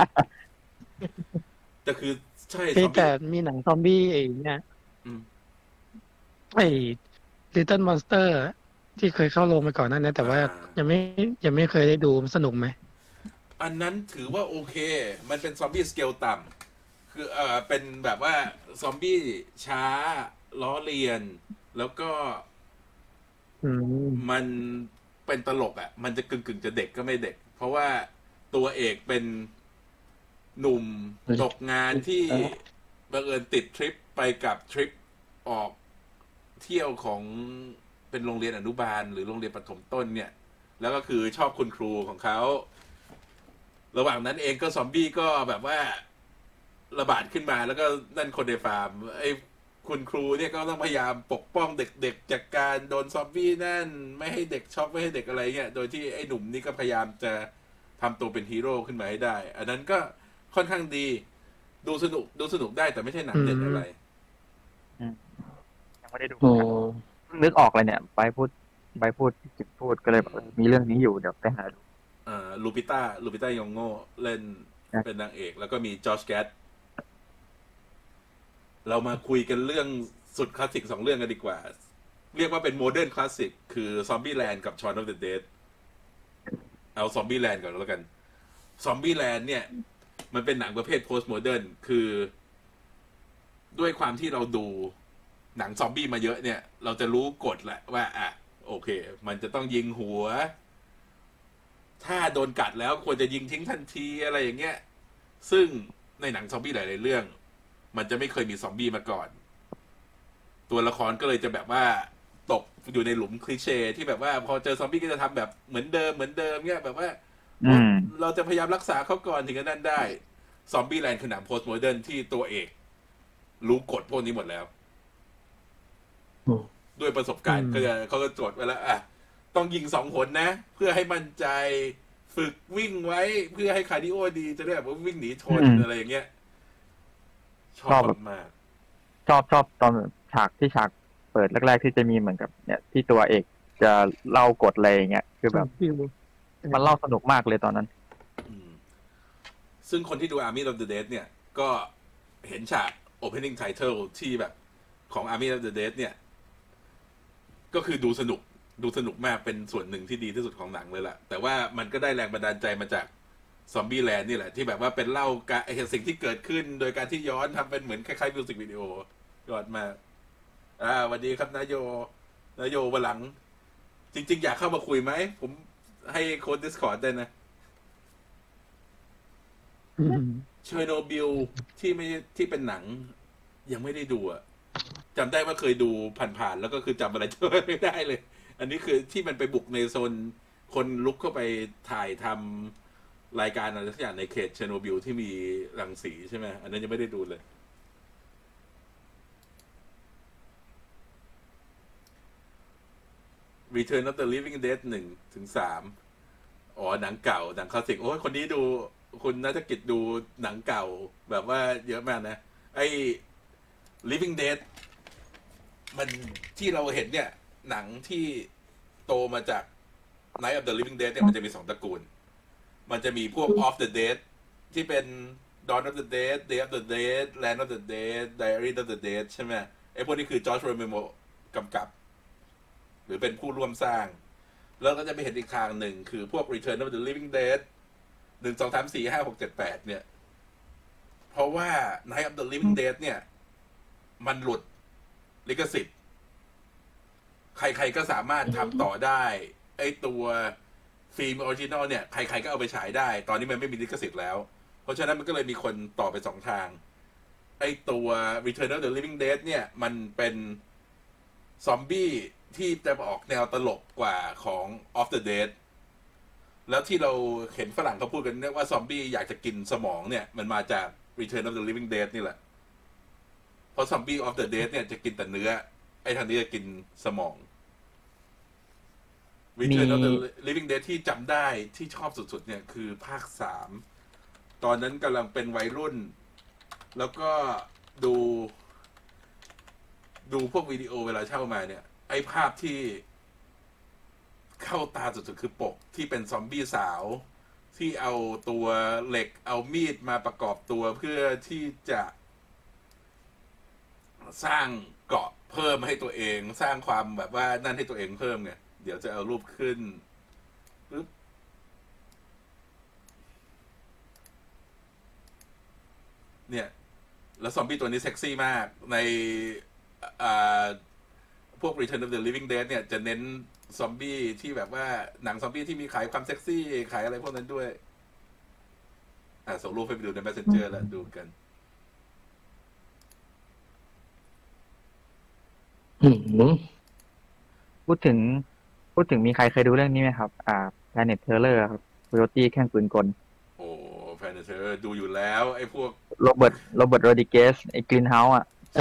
จะคือใช่ซเฮ้ยอมแต่บี้มีหนังซอมบี้ไอ้เนี่ยอืมไอ้ Little Monster ที่เคยเข้าโรงไปก่อนหนั้นนะแต่ว่าอ่ายังไม่ยังไม่เคยได้ดูมันสนุกไหมอันนั้นถือว่าโอเค มันเป็นซอมบี้สเกลต่ำคือเออเป็นแบบว่าซอมบี้ช้าล้อเลียน แล้วก็อืมมันเป็นตลกอ่ะ มันจะกึ่งกึ่งๆจะเด็กก็ไม่เด็ก เพราะว่าตัวเอกเป็นหนุ่มตกงานที่บังเอิญติดทริปไปกับทริปออกเที่ยวของเป็นโรงเรียนอนุบาลหรือโรงเรียนประถมต้นเนี่ย แล้วก็คือชอบคุณครูของเขา ระหว่างนั้นเองก็ซอมบี้ก็แบบว่าระบาดขึ้นมาแล้วก็นั่นคนในฟาร์มไอ้คุณครูเนี่ยก็ต้องพยายามปกป้องเด็กๆจากการโดนซอมบี้นั่นไม่ให้เด็กช็อกไม่ให้เด็กอะไรเงี้ยโดยที่ไอ้หนุ่มนี่ก็พยายามจะทำตัวเป็นฮีโร่ขึ้นมาให้ได้ อันนั้นก็ค่อนข้างดีดูสนุกดูสนุกได้แต่ไม่ใช่หนังเด่นอะไรยังไม่ได้ดูโอ้นึกออกเลยเนี่ยไปพูดไปพูดจิบพูดก็เลยแบบเออมีเรื่องนี้อยู่เดี๋ยวไปหาดูอ่าลูปิต้าลูปิต้ายองโง่เล่นครับเป็นนางเอก แล้วก็มีจอร์จแกตเรามาคุยกันเรื่องสุดคลาสสิกสองเรื่องกันดีกว่า เรียกว่าเป็นโมเดิร์นคลาสสิกคือซอมบี้แลนด์กับชอนอ f เดอะเดดเอาซอมบี้แลนด์ก่อนแล้วกันซอมบี้แลนด์เนี่ย มันเป็นหนังประเภทโพสต์โมเดิร์นคือ ด้วยความที่เราดูหนังซอมบี้มาเยอะเนี่ย เราจะรู้กฎแหละว่าอ่ะโอเค มันจะต้องยิงหัว ถ้าโดนกัดแล้วควรจะยิงทิ้งทันทีอะไรอย่างเงี้ย ซึ่งในหนังซอมบี้หลายๆเรื่อง มันจะไม่เคยมีซอมบี้มาก่อน ตัวละครก็เลยจะแบบว่าตกอยู่ในหลุมคลีเช่ที่แบบว่าพอเจอซอมบี้ก็จะทำแบบเหมือนเดิมเหมือนเดิมเงี้ยแบบว่าอืมเราจะพยายามรักษาเขาก่อนถึงจะนั่นได้ ซอมบี้แลนด์คือหนังโพสต์โมเดิร์นที่ตัวเอก รู้กฎพวกนี้หมดแล้วอืมด้วยประสบการณ์อืมก็จะเขาก็จดไว้แล้วอ่ะต้องยิงสองหนนะ เพื่อให้มั่นใจฝึกวิ่งไว้เพื่อให้คาร์ดิโอดีจะได้แบบว่าวิ่งหนีชนอืมอะไรอย่างเงี้ย ชชออบบแบบมากชอบชอบตอนฉากที่ฉากเปิดแรกๆที่จะมีเหมือนกับ เนี่ย ที่ตัวเอกจะเล่ากฎอะไรอย่างเงี้ยคือแบบฟิลมันเล่าสนุกมากเลยตอนนั้นอืมซึ่งคนที่ดู Army of the Dead เนี่ย ก็เห็นฉาก opening title ที่แบบของ Army of the Dead เนี่ย ก็คือดูสนุกดูสนุกมากเป็นส่วนหนึ่งที่ดีที่สุดของหนังเลยล่ะ แต่ว่ามันก็ได้แรงบันดาลใจมาจากซอมบี้แลนด์นี่แหละ ที่แบบว่าเป็นเล่ากะไอ้สิ่งที่เกิดขึ้น โดยการที่ย้อนทำเป็นเหมือนคล้ายๆมิวสิกวิดีโอยอดมากอ่าสวัสดีครับนายโยนายโยวันหลัง จริง ๆ อยากเข้ามาคุยไหม ผมให้โค้ด Discord ได้นะอืมเชอร์โนบิลที่ไม่ที่เป็นหนัง ยังไม่ได้ดูอะจำได้ว่าเคยดูผ่านๆแล้วก็คือจำอะไร ไม่ได้เลย อันนี้คือที่มันไปบุกในโซนคนลุกเข้าไปถ่ายทำรายการอะไรสักอย่างในเขตเชอร์โนบิลที่มีรังสีใช่ไหมอันนั้นยังไม่ได้ดูเลย Return of the Living Dead หนึ่งถึงสามอ๋อหนังเก่าหนังคลาสสิกโอ้ยคนนี้ดูคุณนัฐกิจดูหนังเก่าแบบว่าเยอะมากนะ ไอ้ Living Dead มันที่เราเห็นเนี่ย หนังที่โตมาจาก Night of the Living Dead เนี่ยมันจะมีสองตระกูล มันจะมีพวก Of the Dead ที่เป็น Dawn of the Dead Day of the Dead Land of the Dead Diary of the Dead ใช่ไหมไอ้พวกนี้คือจอร์จโรเมโมกำกับ หรือเป็นผู้ร่วมสร้าง แล้วก็จะไปเห็นอีกทางหนึ่งคือพวก Return of the Living Dead หนึ่ง สอง สาม สี่ ห้า หก เจ็ด แปด เนี่ย เพราะว่า Night of the Living Dead เนี่ย มันหลุดลิขสิทธิ์ ใครๆก็สามารถทำต่อได้ ไอ้ตัวฟิล์มออริจินอลเนี่ย ใครๆก็เอาไปฉายได้ ตอนนี้มันไม่มีลิขสิทธิ์แล้วเพราะฉะนั้นมันก็เลยมีคนต่อไปสองทาง ไอตัว Return of the Living Dead เนี่ยมันเป็นซอมบี้ที่จะออกแนวตลกกว่าของ Of the Dead แล้วที่เราเห็นฝรั่งเขาพูดกันเนี่ยว่าซอมบี้อยากจะกินสมองเนี่ยมันมาจาก Return of the Living Dead นี่แหละ เพราะซอมบี้ of the dead เนี่ยจะกินแต่เนื้อ ไอ้ทางนี้จะกินสมอง Return of the Living Dead ที่จำได้ที่ชอบสุดๆเนี่ยคือภาคสาม ตอนนั้นกำลังเป็นวัยรุ่น แล้วก็ดู ดูพวกวิดีโอเวลาเช่ามาเนี่ย ไอ้ภาพที่เข้าตาสุดๆคือปกที่เป็นซอมบี้สาว ที่เอาตัวเหล็กเอามีดมาประกอบตัวเพื่อที่จะสร้างเกาะเพิ่มให้ตัวเองสร้างความแบบว่านั่นให้ตัวเองเพิ่มไงเดี๋ยวจะเอารูปขึ้นปึ๊บเนี่ยแล้วซอมบี้ตัวนี้เซ็กซี่มากในอ่าพวก Return of the Living Dead เนี่ยจะเน้นซอมบี้ที่แบบว่าหนังซอมบี้ที่มีขายความเซ็กซี่ขายอะไรพวกนั้นด้วยอ่าส่งรูปให้ไปดูใน Messenger แล้วดูกันอืมพูดถึง พูดถึงมีใครเคยดูเรื่องนี้ไหมครับ อ่า Planet Terror ครับ Coyote แข่งปืนกลโอ้แพนเธอร์ดูอยู่แล้วไอ้พวกโรเบิร์ตโรเบิร์ตโรดิเกสไอ้กรีนเฮาส์อ่ะใช่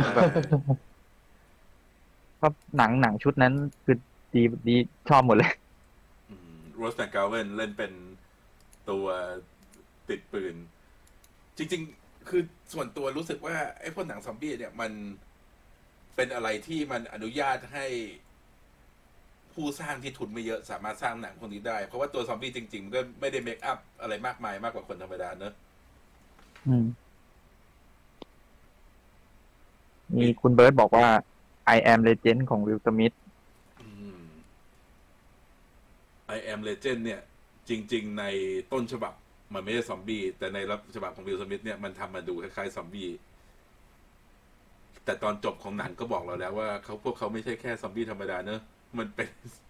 ก็หนังหนังชุดนั้นคือดีดีชอบหมดเลยโรสแมคกาเวนเล่นเป็นตัวติดปืน จริงๆ คือส่วนตัวรู้สึกว่า ไอ้พวกหนังซอมบี้เนี่ยมันเป็นอะไรที่มันอนุญาตให้ผู้สร้างที่ทุนไม่เยอะสามารถสร้างหนังพวกนี้ได้ เพราะว่าตัวซอมบี้จริงๆมันก็ไม่ได้เมคอัพอะไรมากมายมากกว่าคนธรรมดาเนอะอืม มีคุณเบิร์ตบอกว่า I am Legend ของวิลสมิธอืม I am Legend เนี่ย จริงๆ ในต้นฉบับมันไม่ใช่ซอมบี้แต่ในรับฉบับของวิลสมิธเนี่ยมันทำมาดูคล้ายๆซอมบี้แต่ตอนจบของหนังก็บอกเราแล้วว่าเขาพวกเขาไม่ใช่แค่ซอมบี้ธรรมดาเนอะมันเป็น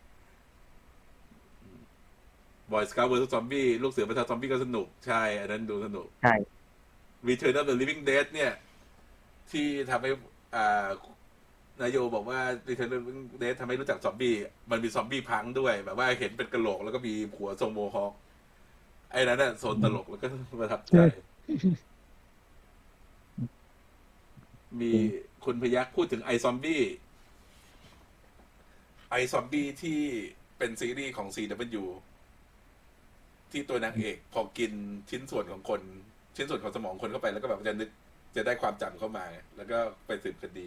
บอยสเกาต์เวอร์ซอมบี้ลูกเสือประชาซอมบี้ก็สนุกใช่ อันนั้นดูสนุกใช่ Return of the Living Dead เนี่ย ที่ทำให้อ่านายโยบอกว่า Return of the Living Dead ทำให้รู้จักซอมบี้มันมีซอมบี้พังด้วย แบบว่าเห็นเป็นกระโหลกแล้วก็มีหัวทรงโมฮอคไอ้นั้นน่ะโซนตลกแล้วก็ประทับใจ มีคุณพยักพูดถึงไอซอมบี้ไอซอมบี้ที่เป็นซีรีส์ของ ซี ดับเบิลยู ที่ตัวนางเอกพอกินชิ้นส่วนของคน ชิ้นส่วนของสมองคนเข้าไปแล้วก็แบบจะนึกจะได้ความจำเข้ามาไงแล้วก็ไปสืบคดี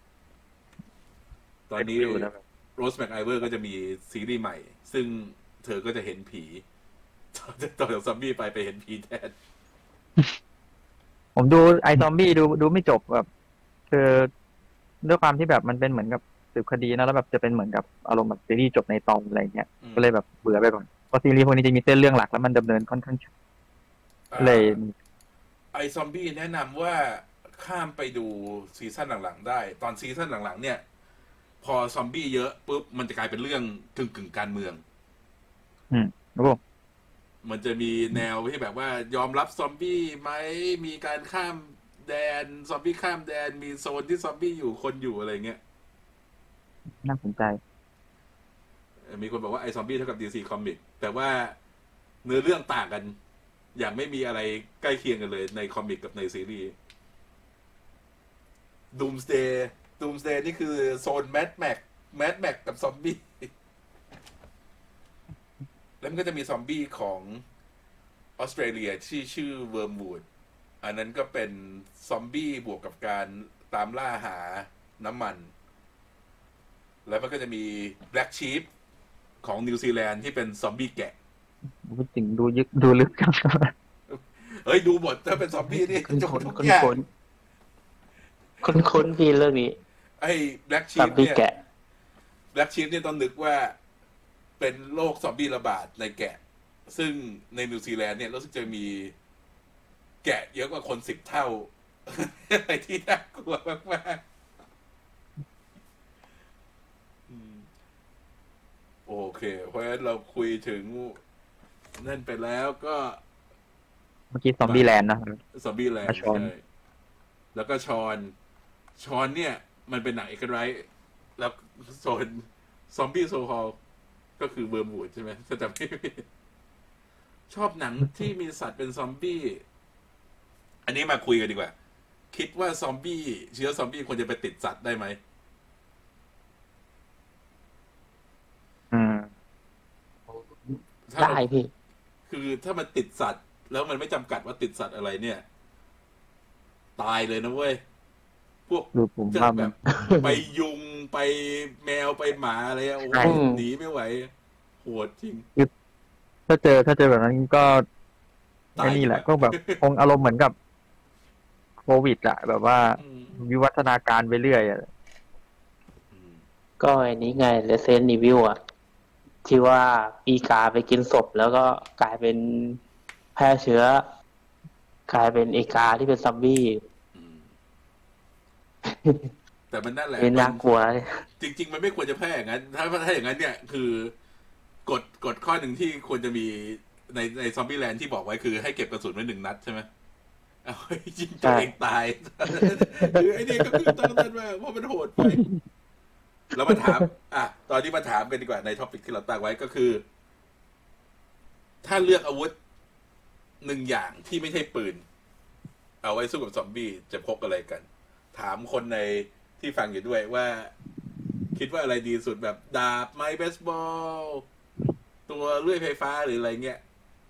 ตอนนี้ดูแล้วโรสแมคไอเวอร์ก็จะมีซีรีส์ใหม่ ซึ่งเธอก็จะเห็นผีต่อจากซอมบี้ไปไปเห็นผีแทนผมดูไอซอมบี้ดูดูไม่จบแบบคือด้วยความที่แบบมันเป็นเหมือนกับสืบคดีนะแล้วแบบจะเป็นเหมือนกับอารมณ์แบบซีรีส์จบในตอนอะไรเงี้ยอืมก็เลยแบบเบื่อไปก่อนเพราะซีรีส์พวกนี้จะมีเส้นเรื่องหลักแล้วมันดำเนินค่อนข้างช้าเลยไอซอมบี้แนะนำว่าข้ามไปดูซีซั่นหลังๆได้ ตอนซีซั่นหลังๆ เนี่ย พอซอมบี้เยอะปุ๊บมันจะกลายเป็นเรื่องกึ่งกึ่งๆการเมืองอืมโอ้มันจะมีแนวที่แบบว่ายอมรับซอมบี้ไหมมีการข้ามแดนซอมบี้ข้ามแดนมีโซนที่ซอมบี้อยู่คนอยู่อะไรเงี้ยน่าสนใจมีคนบอกว่าไอซอมบี้เท่ากับดีซีคอมิกแต่ว่าเนื้อเรื่องต่างกัน อย่างไม่มีอะไรใกล้เคียงกันเลยในคอมิกกับในซีรีส์ดูมสเตย์ดูมสเตย์นี่คือโซนแมดแม็กแมดแม็กกับซอมบี้แล้วมันก็จะมีซอมบี้ของออสเตรเลียที่ชื่อเวิร์มวูดอันนั้นก็เป็นซอมบี้บวกกับการตามล่าหาน้ำมัน แล้วมันก็จะมีแบล็กชีฟของนิวซีแลนด์ที่เป็นซอมบี้แกะพูดถึงดูยึกดูลึกจังเฮ้ย ดูหมดถ้าเป็นซอมบี้นี่คุ้นจบคุ้นทุกคุ้นอย่างคุ้นคุ้นคุ้นพี่เรื่องนี้ไอ้แบล็กชีซอฟมบี้เนี่ยแกะแบล็กชีฟเนี่ยต้องนึกว่าเป็นโรคซอมบี้ระบาดในแกะ ซึ่งในนิวซีแลนด์เนี่ยรู้สึกจะมีแกะเยอะกว่าคนสิบเท่า อะไรที่น่ากลัวมากๆอืมโอเค เพราะฉะนั้นเราคุยถึงนั่นไปแล้วก็เมื่อกี้ซอมบี้แลนด์นะครับซอมบี้แลนอ่ะด์ชอนใช่แล้วก็ชอนชอนเนี่ย มันเป็นหนังเอกไรท์แล้วโซนซอมบี้โซฮอลก็คือเวิร์มวูดใช่ไหมถ้าจำไม่ผิดชอบหนังที่มีสัตว์เป็นซอมบี้อันนี้มาคุยกันดีกว่า คิดว่าซอมบี้เชื้อซอมบี้ควรจะไปติดสัตว์ได้ไหมอืมถ้าได้เราพี่คือถ้ามันติดสัตว์ แล้วมันไม่จำกัดว่าติดสัตว์อะไรเนี่ย ตายเลยนะเว้ย พวกคือผมจะว่าแบมันบ ไปยุงไปแมวไปหมาอะไรอะโอ้โหใช่หนีไม่ไหวโหดจริงถ้าเจอถ้าเจอแบบนั้นก็ตายไอ้นี่แหละดีกก็ว่าแบบ คงอารมณ์เหมือนกับโควิดอะแบบว่าอืมวิวัฒนาการไปเรื่อยอะอืมก็ไอ้นี้ไง Resident Evil อ่ะ ที่ว่าอีกาไปกินศพแล้วก็กลายเป็นแพร่เชื้อ กลายเป็นอีกาที่เป็นซอมบี้อืมแต่มันนั่นแหละเป็นมัน่ากลัวจริง ๆ มันไม่ควรจะแพร่อย่างนั้น ถ้าถ้าอย่างนั้นเนี่ย คือกฎกฎข้อหนึ่งที่ควรจะมีในในซอมบี้แลนด์ที่บอกไว้คือให้เก็บกระสุนไว้หนึ่งนัดใช่ไหมเอาไว้ยิงตัวเองตาย คือไอ้นี่ก็คือตอนนั้นว่าเพราะมันโหดไป แล้วมาถาม อ่ะ ตอนนี้มาถามกันดีกว่าในท็อปิกที่เราตั้งไว้ก็คือ ถ้าเลือกอาวุธหนึ่งอย่างที่ไม่ใช่ปืน เอาไว้สู้กับซอมบี้จะพกอะไรกัน ถามคนในที่ฟังอยู่ด้วยว่า คิดว่าอะไรดีสุดแบบดาบไม้เบสบอล ตัวเลื่อยไฟฟ้าหรืออะไรเงี้ย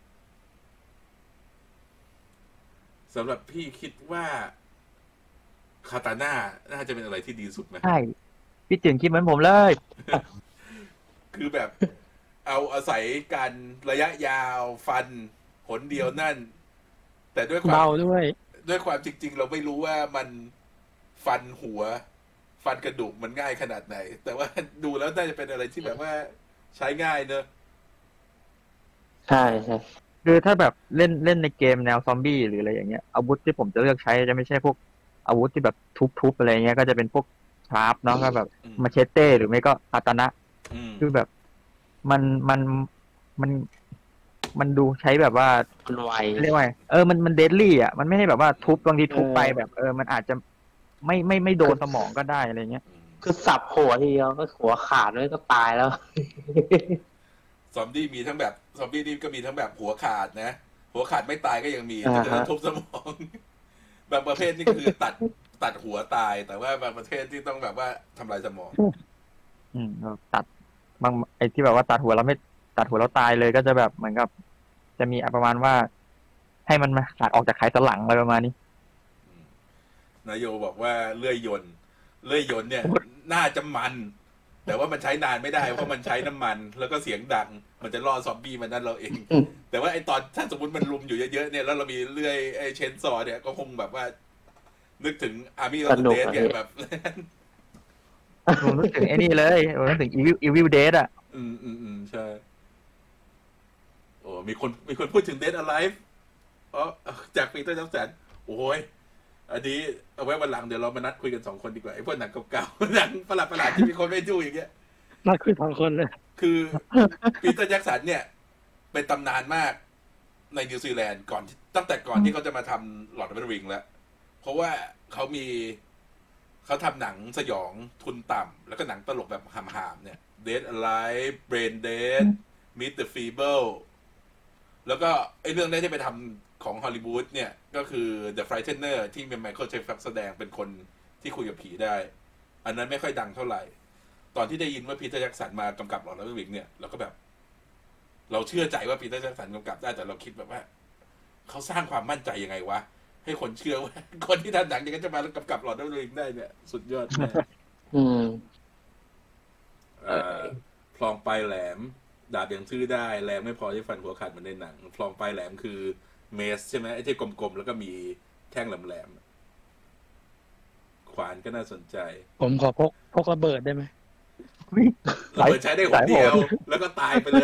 สำหรับพี่คิดว่าคาตาน่าน่าจะเป็นอะไรที่ดีสุดไหมใช่พี่จื่นคิดเหมือนผมเลยคือแบบ เอาอาศัยการระยะยาวฟันหนเดียวนั่น แต่ด้วยควาเบาม ด้วยด้วยความจริง ๆ เราไม่รู้ว่ามันฟันหัว ฟันกระดูกมันง่ายขนาดไหน แต่ว่าดูแล้วน่าจะเป็นอะไรที่แบบว่าใช้ง่ายเนอะใช่ใช่คือถ้าแบบเล่นเล่นในเกมแนวซอมบี้หรืออะไรอย่างเงี้ยอาวุธที่ผมจะเลือกใช้จะไม่ใช่พวกอาวุธที่แบบทุบๆอะไรเงี้ยก็จะเป็นพวกชาร์ปเนาะก็แบบอืมมาเชเต้หรือไม่ก็คาตานะอืมคือแบบมันมันมันมันดูใช้แบบว่ามันไวเรียกว่าไงเออมันมันเดดลี่อ่ะมันไม่ใช่แบบว่าทุบบางทีทุบไปเออแบบเออมันอาจจะไม่ไม่ไม่โดนสมองก็ได้อะไรเงี้ยอืมคือสับหัวทีเดียวก็หัวขาดเลยก็ตายแล้วซอมบี้มีทั้งแบบซอมบี้นี่ก็มีทั้งแบบหัวขาดนะ หัวขาดไม่ตายก็ยังมีถ้าเกิดอ่าฮะทุบสมอง บางประเภทนี่คือตัดตัดหัวตาย แต่ว่าบางประเภทที่ต้องแบบว่าทำลายสมองอืมแบบตัดบางไอ้ที่แบบว่าตัดหัวเราไม่ตัดหัวเราตายเลยก็จะแบบเหมือนกับ จะมีประมาณว่า ให้มันมาขาดออกจากไขสันหลังอะไรประมาณนี้นายโยบอกว่าเลื่อยยนต์เลื่อยยนต์เนี่ย น่าจะมัน แต่ว่ามันใช้นานไม่ได้เพราะมันใช้น้ำมัน แล้วก็เสียงดัง มันจะล่อซอมบี้มันนั่นเราเองอืมแต่ว่าไอตอนถ้าสมมติมันลุมอยู่เยอะๆเนี่ยแล้วเรามีเลื่อยไอเชนซอว์เนี่ยก็คงแบบว่า นึกถึงอาร์มี่สออฟนุกเดอะเนี่ยพี่แบบผมนึกถึงไอ้นี่เลยผมนึกถึง Evil Evil Dead อ่ะอืมอืมอืมใช่ โอ้มีคนมีคนพูดถึง Dead Alive อ๋อจากปีเตอร์จักสันโอ้ยอันนี้เอาไว้วันหลังเดี๋ยวเรามานัดคุยกันสองคนดีกว่าไอ้พวกหนังเก่าๆ หนังประหลาดประหลาดๆที่มีคนไม่ดูอย่างเงี้ยมาคุยสองคนเลยคือปีเตอร์แจ็คสันเนี่ย เป็นตำนานมากในนิวซีแลนด์ก่อนตั้งแต่ก่อนที่เขาจะมาทำหลอดเวอร์ริงแล้ว เพราะว่าเขามีเขาทำหนังสยองทุนต่ำแล้วก็หนังตลกแบบหามๆเนี่ย Dead Alive Brain Dead Meet the Feeble แล้วก็ไอ้เรื่องแรกที่ไปทำของฮอลลีวูดเนี่ย ก็คือ The Frightener ที่มีไมเคิลเจฟแสดงเป็นคนที่คุยกับผีได้ อันนั้นไม่ค่อยดังเท่าไหร่ ตอนที่ได้ยินว่าปีเตอร์แจ็คสันมากำกับหลอดเวอร์ริงเนี่ยเราก็แบบ เราเชื่อใจว่าปีเตอร์แจ็คสันกำกับได้แต่เราคิดแบบว่าเขาสร้างความมั่นใจยังไงวะ ให้คนเชื่อว่า คนที่ทำหนังอย่างนั้นจะมากำกับหลอดเวอร์ริงได้เนี่ย สุดยอดแน่อืมเอ่อพลองปลายแหลม ดาบยังชื่อได้แรงไม่พอที่ฟันหัวขาดเหมือนในหนังพลองปลายแหลมคือเมสใช่ไหมไอ้ที่กลมๆแล้วก็มีแท่งแหลมๆขวานก็น่าสนใจผมขอพกพกระเบิดได้ไหมเราเปิดใช้ได้คนเดียว แล้วก็ตายไปเลย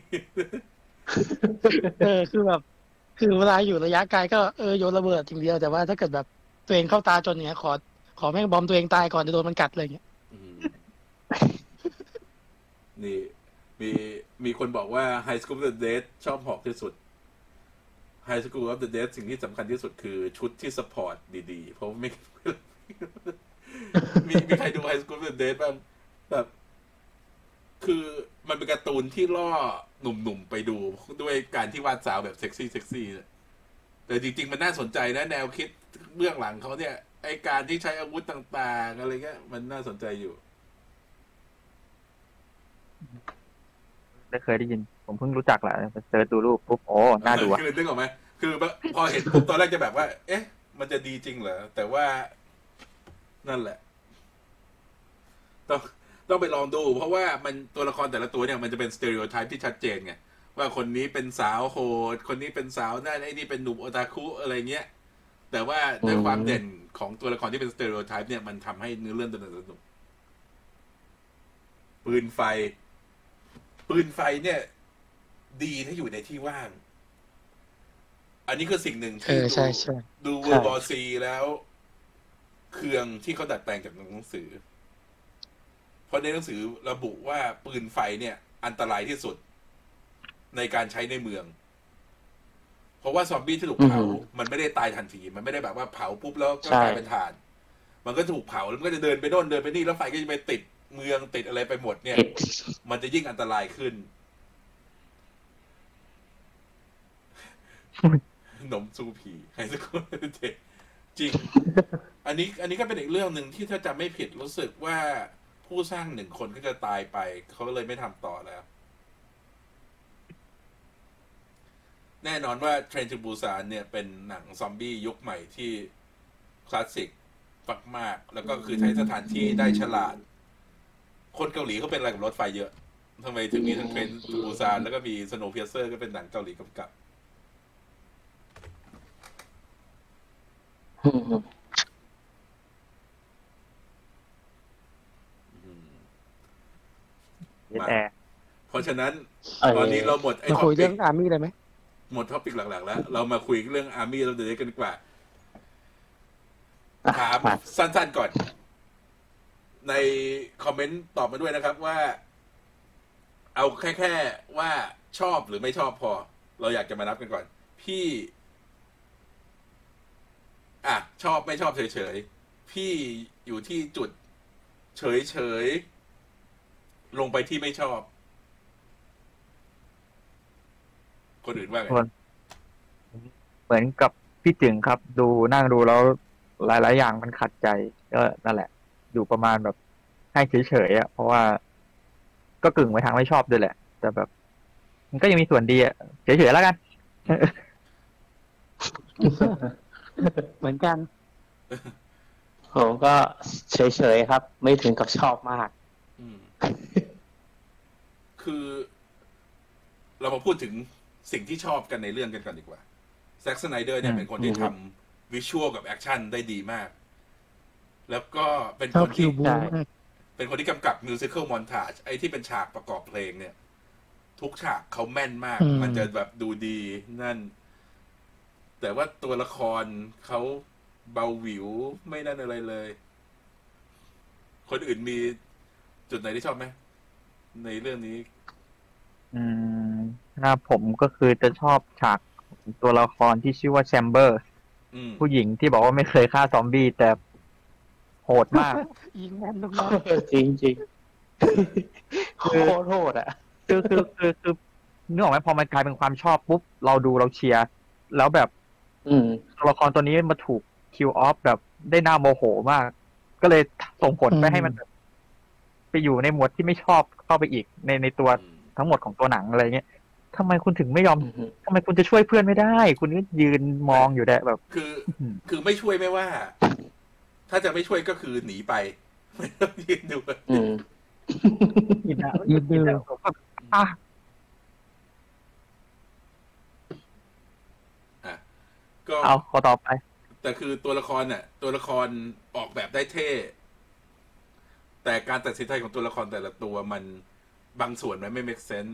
เออคือแบบ คือเวลาอยู่ระยะไกลก็เออโยนระเบิดทีเดียวแต่ว่าถ้าเกิดแบบตัวเองเข้าตาจนเนี้ยขอขอแม่งบอมตัวเองตายก่อนจะโดนมันกัดเลยเงี้ยอืมนี่มีมีคนบอกว่า High School of the Dead ชอบหอกที่สุด High School of the Dead สิ่งที่สำคัญที่สุดคือชุดที่สปอร์ตดีๆ เพราะไม่ มีมีใครดู High School of the Dead บ้างแบบคือมันเป็นการ์ตูนที่ล่อหนุ่มๆไปดูด้วยการที่วาดสาวแบบเซ็กซี่เซ็กซี่แต่จริงๆมันน่าสนใจนะแนวคิดเบื้องหลังเขาเนี่ยไอการที่ใช้อาวุธต่างๆอะไรเงี้ยมันน่าสนใจอยู่ได้เคยได้ยิน ผมเพิ่งรู้จักแหละไปเสิร์ชดูรูปปุ๊บโอ้น่าดูอะคือนึกออกไหมคือพอเห็นปุ๊บตอนแรกจะแบบว่า เอ๊ะ มันจะดีจริงเหรอแต่ว่านั่นแหละ ต้องต้องไปลองดู เพราะว่ามันตัวละครแต่ละตัวเนี่ยมันจะเป็นสเตอริโอไทป์ที่ชัดเจนไงว่าคนนี้เป็นสาวโหดคนนี้เป็นสาวนั่นไอ้นี่เป็นหนุ่มโอตาคุอะไรเงี้ยแต่ว่าด้วยความเด่นของตัวละครที่เป็นสเตอริโอไทป์เนี่ยมันทำให้เนื้อเรื่องดำเนินสนุกปืนไฟ ปืนไฟเนี่ย ดีถ้าอยู่ในที่ว่าง อันนี้คือสิ่งหนึ่งเอที่อดูใช่ใช่ดูเวอร์บอซีแล้ว เครื่องที่เขาดัดแปลงจากหนังสือ เพราะในหนังสือระบุว่าปืนไฟเนี่ย อันตรายที่สุด ในการใช้ในเมือง เพราะว่าซอมบี้ที่ถูกเผา มันไม่ได้ตายทันที มันไม่ได้แบบว่าเผาปุ๊บแล้วก็กลายเป็นถ่าน มันก็ถูกเผาแล้วมันก็จะเดินไปโน่นเดินไปนี่แล้วไฟก็จะไปติดเมืองติดอะไรไปหมดเนี่ยติดมันจะยิ่งอันตรายขึ้น หนมซูผีใครสักคนเด็กจริง อันนี้ อันนี้ก็เป็นอีกเรื่องหนึ่งที่ถ้าจำไม่ผิดรู้สึกว่าผู้สร้างหนึ่งคนก็จะตายไป เขาก็เลยไม่ทำต่อแล้ว แน่นอนว่าเทรนทูบูซานเนี่ยเป็นหนังซอมบี้ยุคใหม่ที่คลาสสิกมากๆแล้วก็คือใช้สถานที่ได้ฉลาด คนเกาหลีเขาเป็นอะไรกับรถไฟเยอะทำไมถึงมีทั้งเทรนทูบูซานแล้วก็มีสโนว์เพียเซอร์ก็เป็นหนังเกาหลีกำกับอืมเอสแอร์เพราะฉะนั้นเออตอนนี้เราหมดไอ้มาท็อคุยปิเรื่อก งอาร์มี่เลยไหมหมดท็อปิกหลักๆแล้ว เรามาคุยเรื่องอาร์มี่เราเดี๋ยวกันดีกว่า ถามมาสั้นๆก่อน ในคอมเมนต์ตอบมาด้วยนะครับว่า เอาแค่แค่ว่าชอบหรือไม่ชอบพอ เราอยากจะมานับกันก่อน พี่ อ่ะ ชอบไม่ชอบเฉยๆ พี่อยู่ที่จุด เฉยๆ ลงไปที่ไม่ชอบ คนอื่นว่าไงส่วนเหมือนกับพี่จึงครับ ดูนั่งดูแล้วหลาย ๆ อย่างมันขัดใจก็นั่นแหละ อยู่ประมาณแบบให้เฉยๆอ่ะเพราะว่าก็กึ่งไปทางไม่ชอบด้วยแหละ แต่แบบ มันก็ยังมีส่วนดีอ่ะเฉยๆแล้วกันเหมือนกันผมก็เฉยๆครับ ไม่ถึงกับชอบมากอืม คือ เรามาพูดถึงสิ่งที่ชอบกันในเรื่องกันก่อนดีกว่าแซ็ก สไนเดอร์เนี่ยอืมเป็นคนที่อืมทำวิชวลกับแอคชั่นได้ดีมาก แล้วก็เป็นชอคบนคิที่วบูใช่มากเป็นคนที่กำกับมิวสิควลมอนทาจไอ้ที่เป็นฉากประกอบเพลงเนี่ย ทุกฉากเขาแม่นมากอืมมันจะแบบดูดีนั่น แต่ว่าตัวละครเขาเบาหวิวไม่นั่นอะไรเลย คนอื่นมีจุดไหนที่ชอบไหมในเรื่องนี้อืมถ้าผมก็คือจะชอบฉากตัวละครที่ชื่อว่าแชมเบอร์อืมผู้หญิงที่บอกว่าไม่เคยฆ่าซอมบี้แต่โหดมากยิงแม่นทุกนัดจริงจริงๆโคตรโหดอ่ะคือคือคือคือนึกออกไหมพอมันกลายเป็นความชอบปุ๊บเราดูเราเชียร์แล้วแบบอืมตัวละครตัวนี้มาถูกคิวออฟแบบได้น่าโมโหมาก ก็เลยส่งผลไปให้มันแบบไปอยู่ในหมวดที่ไม่ชอบเข้าไปอีกในในตัวทั้งหมดของตัวหนังอะไรเงี้ยทำไมคุณถึงไม่ยอมอืมทำไมคุณจะช่วยเพื่อนไม่ได้ คุณก็ยืนมองอยู่ได้แบบคืออื้อหือคือไม่ช่วยไม่ว่า ถ้าจะไม่ช่วยก็คือหนีไป ไม่ต้องยืนดูอืมกินอะยืนดูผมแบบอ่ะอ่ะก็เอาขอต่อไปแต่คือตัวละครเนี่ยตัวละครออกแบบได้เท่ แต่การตัดสินใจของตัวละครแต่ละตัวมันบางส่วนมันไม่ make sense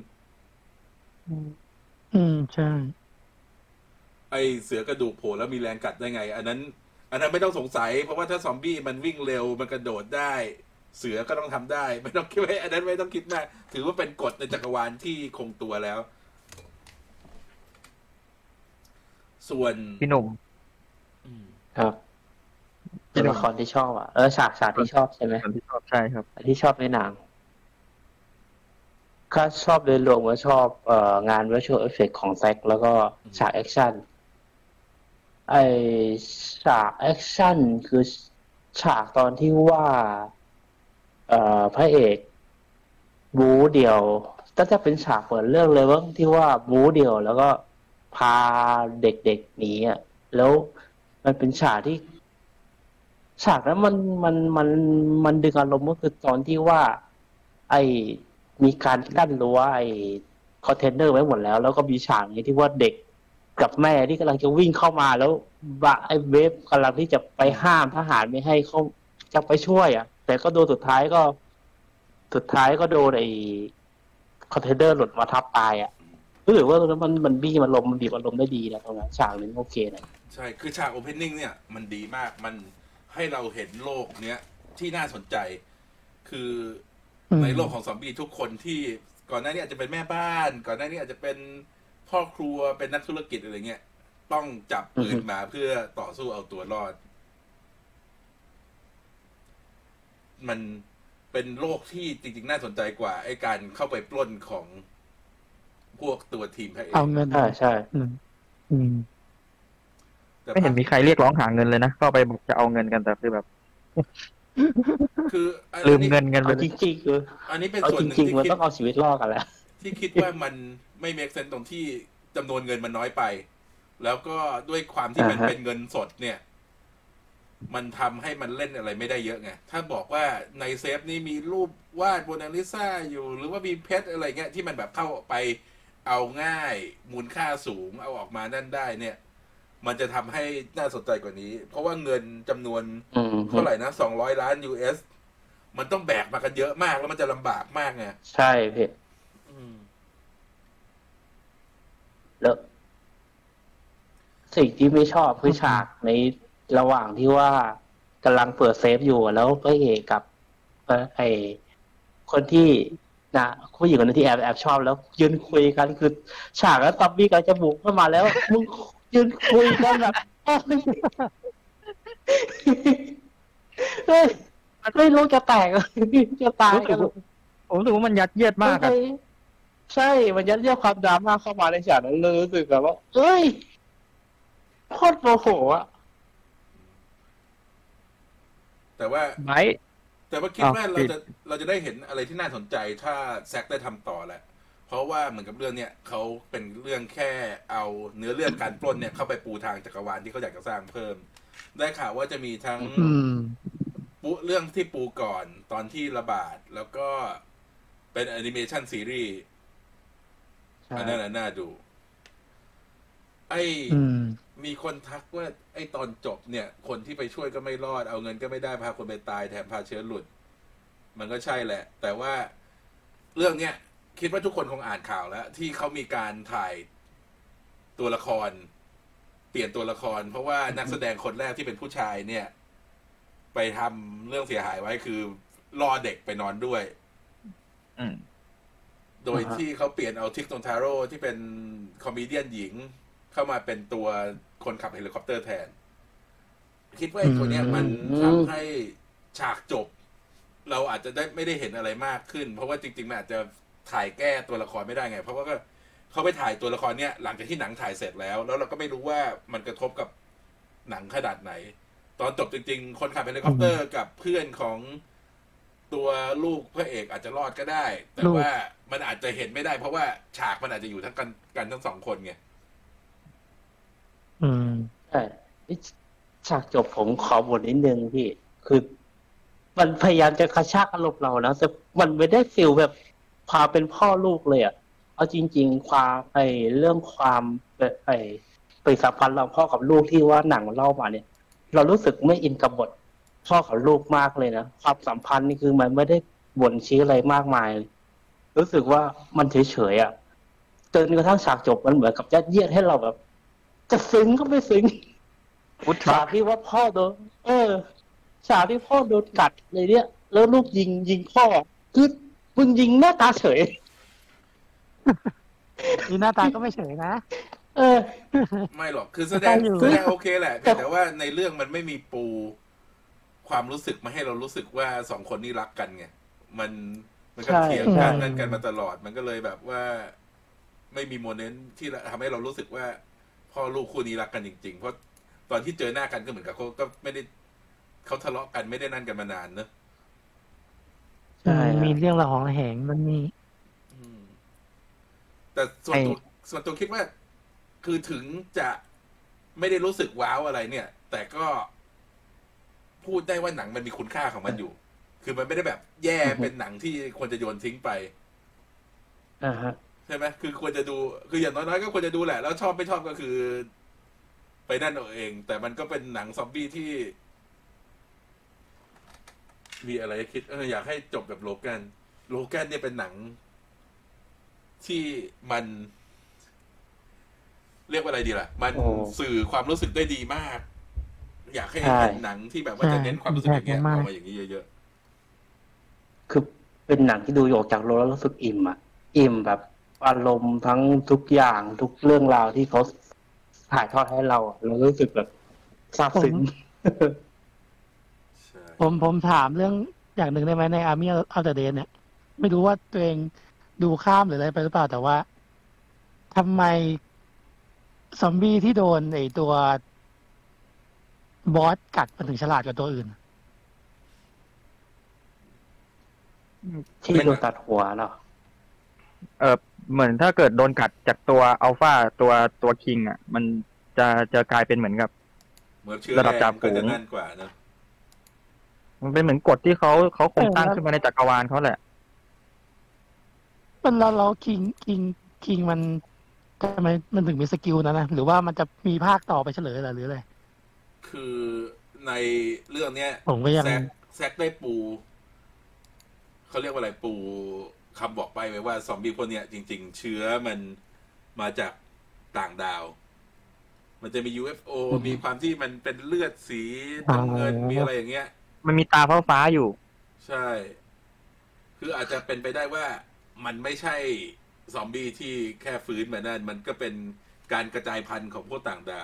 อืมใช่ไอเสือกระดูกโผล่แล้วมีแรงกัดได้ไง อันนั้น อันนั้นไม่ต้องสงสัย เพราะว่าถ้าซอมบี้มันวิ่งเร็วมันกระโดดได้ เสือก็ต้องทำได้ ไม่ต้องคิดว่าอันนั้นไม่ต้องคิดมากถือว่าเป็นกฎในจักรวาลที่คงตัวแล้วส่วนพี่หนุ่มอืมครับพี่ตัวหนุ่มละครที่ชอบอ่ะเออฉากฉากที่ชอบใช่ไหมคนที่ชอบใช่ครับที่ชอบในหนังก็ชอบโดยรวมว่าชอบเอ่องาน Visual Effect ของแซกแล้วก็ฉากแอคชั่นไอฉากแอคชั่นคือฉากตอนที่ว่า เอ่อพระเอกบู๊เดี่ยวก็จะเป็นฉากเปิดเรื่องเลยว่าที่ว่าบู๊เดี่ยว แล้วก็พาเด็กๆหนีอ่ะแล้วมันเป็นฉากที่ ฉากนั้นมันมันมันมันดึงอารมณ์ก็คือตอนที่ว่า ไอ้มีการกั้นรั้วไอ้คอนเทนเนอร์ไว้หมดแล้ว แล้วก็มีฉากนี้ที่ว่าเด็กกับแม่ที่กำลังจะวิ่งเข้ามาแล้วบะไอ้เวฟกำลังที่จะไปห้ามทหารไม่ให้เขาจะไปช่วยอ่ะ แต่ก็โดนสุดท้ายก็ สุดท้ายก็โดนไอ้คอนเทนเนอร์หลุดมาทับตายอ่ะรู้สึกว่าตรงนั้นมันมันบี้มันลมมันบีบอารมณ์ได้ดีนะตรงนั้นฉากนี้โอเคนะใช่ คือฉากโอเพนนิ่งเนี่ย มันดีมาก มันให้เราเห็นโลกเนี้ยที่น่าสนใจ คืออืมในโลกของซอมบี้ทุกคนที่ก่อนหน้านี้อาจจะเป็นแม่บ้าน ก่อนหน้านี้อาจจะเป็นพ่อครัวเป็นนักธุรกิจอะไรเงี้ยต้องจับปืนมาเพื่อต่อสู้เอาตัวรอด มันเป็นโลกที่จริงๆน่าสนใจกว่าไอ้การเข้าไปปล้นของพวกตัวทีมพระเอกเอาเงินใช่ใช่อืมอืมแต่ไม่เห็นมีใครเรียกร้องหาเงินเลยนะก็ไปบอกจะเอาเงินกันแต่คือแบบคืออันลืมนี้เงินกันไปเอาเลจยริงๆคืออันนี้เป็นเอาส่วนจหนึ่งริงที่ๆมันคิดต้องเอาชีวิตรอดกันแหละที่คิดว่ามันไม่เมคเซนตรงที่จำนวนเงินมันน้อยไป แล้วก็ด้วยความที่มันอ่าฮะเป็นเงินสดเนี่ย มันทำให้มันเล่นอะไรไม่ได้เยอะไง ถ้าบอกว่าในเซฟนี้มีรูปวาดโมนาลิซาอยู่ หรือว่ามีเพชรอะไรเงี้ยที่มันแบบเข้าไปเอาง่ายมูลค่าสูงเอาออกมานั่นได้เนี่ย มันจะทำให้น่าสนใจกว่านี้ เพราะว่าเงินจำนวนอืมเท่าไหร่นะสองร้อยล้าน ยู เอส มันต้องแบกมากันเยอะมากแล้วมันจะลำบากมากไงใช่พี่อืมแล้วสิ่งที่ไม่ชอบคือฉากในระหว่างที่ว่ากำลังเปิดเซฟอยู่แล้วพระเอกกับเอ่อไอคนที่นะผู้หญิงคนนั้นที่แอบแอบชอบแล้วยืนคุยกันคือฉากแล้วซอมบี้กำลังจะบุกเข้ามาแล้วมึงยืนคุยกันแบบ เฮ้ยไม่รู้จะแตก จะตายกันผมรู้สึกว่ามันยัดเยียดมากอะใช่ มันยัดเยียดความดราม่าเข้ามาในฉากนั้นเลยรู้สึกแบบว่า เอ้ยโคตรโมโหอ่ะแต่ว่าไบร์ทแต่ว่าคิดอ้าวว่าเราปิดจะเราจะได้เห็นอะไรที่น่าสนใจถ้าแซกได้ทำต่อแหละ เพราะว่าเหมือนกับเรื่องเนี้ยเขาเป็นเรื่องแค่เอาเนื้อเรื่องการปล้นเนี่ยเข้าไปปูทางจักรวาลที่เขาอยากจะสร้างเพิ่ม ได้ข่าวว่าจะมีทั้งอืมปูเรื่องที่ปูก่อนตอนที่ระบาด แล้วก็เป็นแอนิเมชันซีรีส์อันนั้นน่ะน่าดู ไอ้อืมมีคนทักว่าไอ้ตอนจบเนี่ย คนที่ไปช่วยก็ไม่รอดเอาเงินก็ไม่ได้พาคนไปตายแถมพาเชื้อหลุด มันก็ใช่แหละ แต่ว่าเรื่องเนี้ยคิดว่าทุกคนคงอ่านข่าวแล้ว ที่เขามีการถ่ายตัวละคร เปลี่ยนตัวละคร เพราะว่านักแสดงคนแรกที่เป็นผู้ชายเนี่ย ไปทำเรื่องเสียหายไว้คือล่อเด็กไปนอนด้วยอืมโดยที่เขาเปลี่ยนเอาทิกโนทาโร่ที่เป็นคอมเมเดี้หญิง เข้ามาเป็นตัวคนขับเฮลิคอปเตอร์แทน คิดว่าไอ้ตัวเนี้ยมันอืมทำให้ฉากจบ เราอาจจะได้ไม่ได้เห็นอะไรมากขึ้น เพราะว่าจริงๆมันอาจจะถ่ายแก้ตัวละครไม่ได้ไง เพราะว่าก็เขาไปถ่ายตัวละครเนี้ยหลังจากที่หนังถ่ายเสร็จแล้ว แล้วเราก็ไม่รู้ว่ามันกระทบกับหนังขนาดไหน ตอนจบจริงๆ คนขับเฮลิคอปเตอร์กับเพื่อนของตัวลูกพระเอกอาจจะรอดก็ได้ แต่ลูกว่ามันอาจจะเห็นไม่ได้ เพราะว่าฉากมันอาจจะอยู่ทั้งกันกันทั้งสองคนไงอืมใช่ไอ้ฉากจบผมขอบ่นนิดนึงพี่ คือ มันพยายามจะกระชากอารมณ์เรานะแต่มันไม่ได้ฟีลแบบความเป็นพ่อลูกเลยอ่ะ เอาจริง ๆ ความไอเรื่องความไอปฏิสัมพันธ์เราพ่อกับลูกที่ว่าหนังเล่ามาเนี่ย เรารู้สึกไม่อินกับบทพ่อกับลูกมากเลยนะความสัมพันธ์นี่คือมันไม่ได้บ่นชี้อะไรมากมาย รู้สึกว่ามันเฉยๆอ่ะจนกระทั่งฉากจบมันเหมือนกับยัดเยียดให้เราแบบ จะซึ้งก็ไม่ซึ้งพุทธฉากที่ว่าพ่อโดนเออฉากที่พ่อโดนกัดเลยเนี่ย แล้วลูกยิงยิงพ่อคือมึงยิงหน้าตาเฉยนี่หน้าตาก็ไม่เฉยนะเเออไม่หรอกคือแสดใช่งอยู่แสดงโอเคแหละเพียงแต่ว่าในเรื่องมันไม่มีปูความรู้สึกมาให้เรารู้สึกว่าสองคนนี้รักกันไงมันมันก็ใช่เถียงใช่กันนั่นกันมาตลอด มันก็เลยแบบว่า ไม่มีโมเมนต์ที่ทำให้เรารู้สึกว่าพ่อลูกคู่นี้รักกันจริงๆเพราะตอนที่เจอหน้ากันก็เหมือนกับเขาก็ไม่ได้เขาทะเลาะกันไม่ได้นั่นกันมานานเนอะใช่อืมฮะมีเรื่องระหองระแหงมันมีอืมแต่ส่วนตัวส่วนตัวคิดว่า คือถึงจะไม่ได้รู้สึกว้าวอะไรเนี่ย แต่ก็พูดได้ว่าหนังมันมีคุณค่าของมันอยู่ คือมันไม่ได้แบบแย่เป็นหนังที่ควรจะโยนทิ้งไปอ่าฮะใช่ไหมคือควรจะดู คืออย่างน้อยๆก็ควรจะดูแหละ แล้วชอบไม่ชอบก็คือ ไปนั่นเอาเอง แต่มันก็เป็นหนังซอมบี้ที่ มีอะไรให้คิดเอออยากให้จบแบบโลแกนโลแกนเนี่ยเป็นหนัง ที่มัน เรียกว่าอะไรดีล่ะ มันโอ้สื่อความรู้สึกได้ดีมาก อยากให้ใช่เป็นหนังที่แบบว่าจะเน้นความรู้สึกอย่างเงี้ยใช่อมากอกมาอย่างนี้เยอะคือเป็นหนังที่ดูออกจากโรงแล้วรู้สึกอิ่มอ่ะ อิ่มแบบอารมณ์ทั้งทุกอย่างทุกเรื่องราวที่เขาถ่ายทอดให้เราอะเรารู้สึกแบบซาบซึ้งๆใช่ผมผมถามเรื่องอย่างหนึ่งได้ไหมใน Army of the Dead เนี่ย ไม่รู้ว่าตัวเองดูข้ามหรืออะไรไปหรือเปล่า แต่ว่าทำไมซอมบี้ที่โดนไอตัวบอสกัดมันถึงฉลาดกว่าตัวอื่นที่โดนตัดหัวเนาะเออเหมือนถ้าเกิดโดนกัดจากตัวอัลฟาตัวตัวคิงอ่ะ มันจะจะกลายเป็นเหมือนกับเหมือนเชื้อระดับแรจ่าง ฝูก็งจะนั่นกว่าเนอะมันเป็นเหมือนกฎที่เขาเขาคงเออตั้งแล้วขึ้นมาในจักรวาลเขาแหละมันแล้วแล้วคิงคิงคิงมันทำไมมันถึงมีสกิลนั้นนะหรือว่ามันจะมีภาคต่อไปเฉลยเหรอหรืออะไรคือในเรื่องเนี้ยผมก็ยังแซกแซกได้ปูเขาเรียกว่าอะไรปูคำบอกไปไว้ว่าซอมบี้พวกเนี้ยจริง ๆ เชื้อมันมาจากต่างดาว มันจะมี ยู เอฟ โออืมมีความที่มันเป็นเลือดสีน้ำเงินอ๋อมีอะไรอย่างเงี้ยมันมีตาฟ้าฟ้าๆอยู่ใช่ คืออาจจะเป็นไปได้ว่ามันไม่ใช่ซอมบี้ที่แค่ฟื้นมานั่น มันก็เป็นการกระจายพันธุ์ของพวกต่างดาว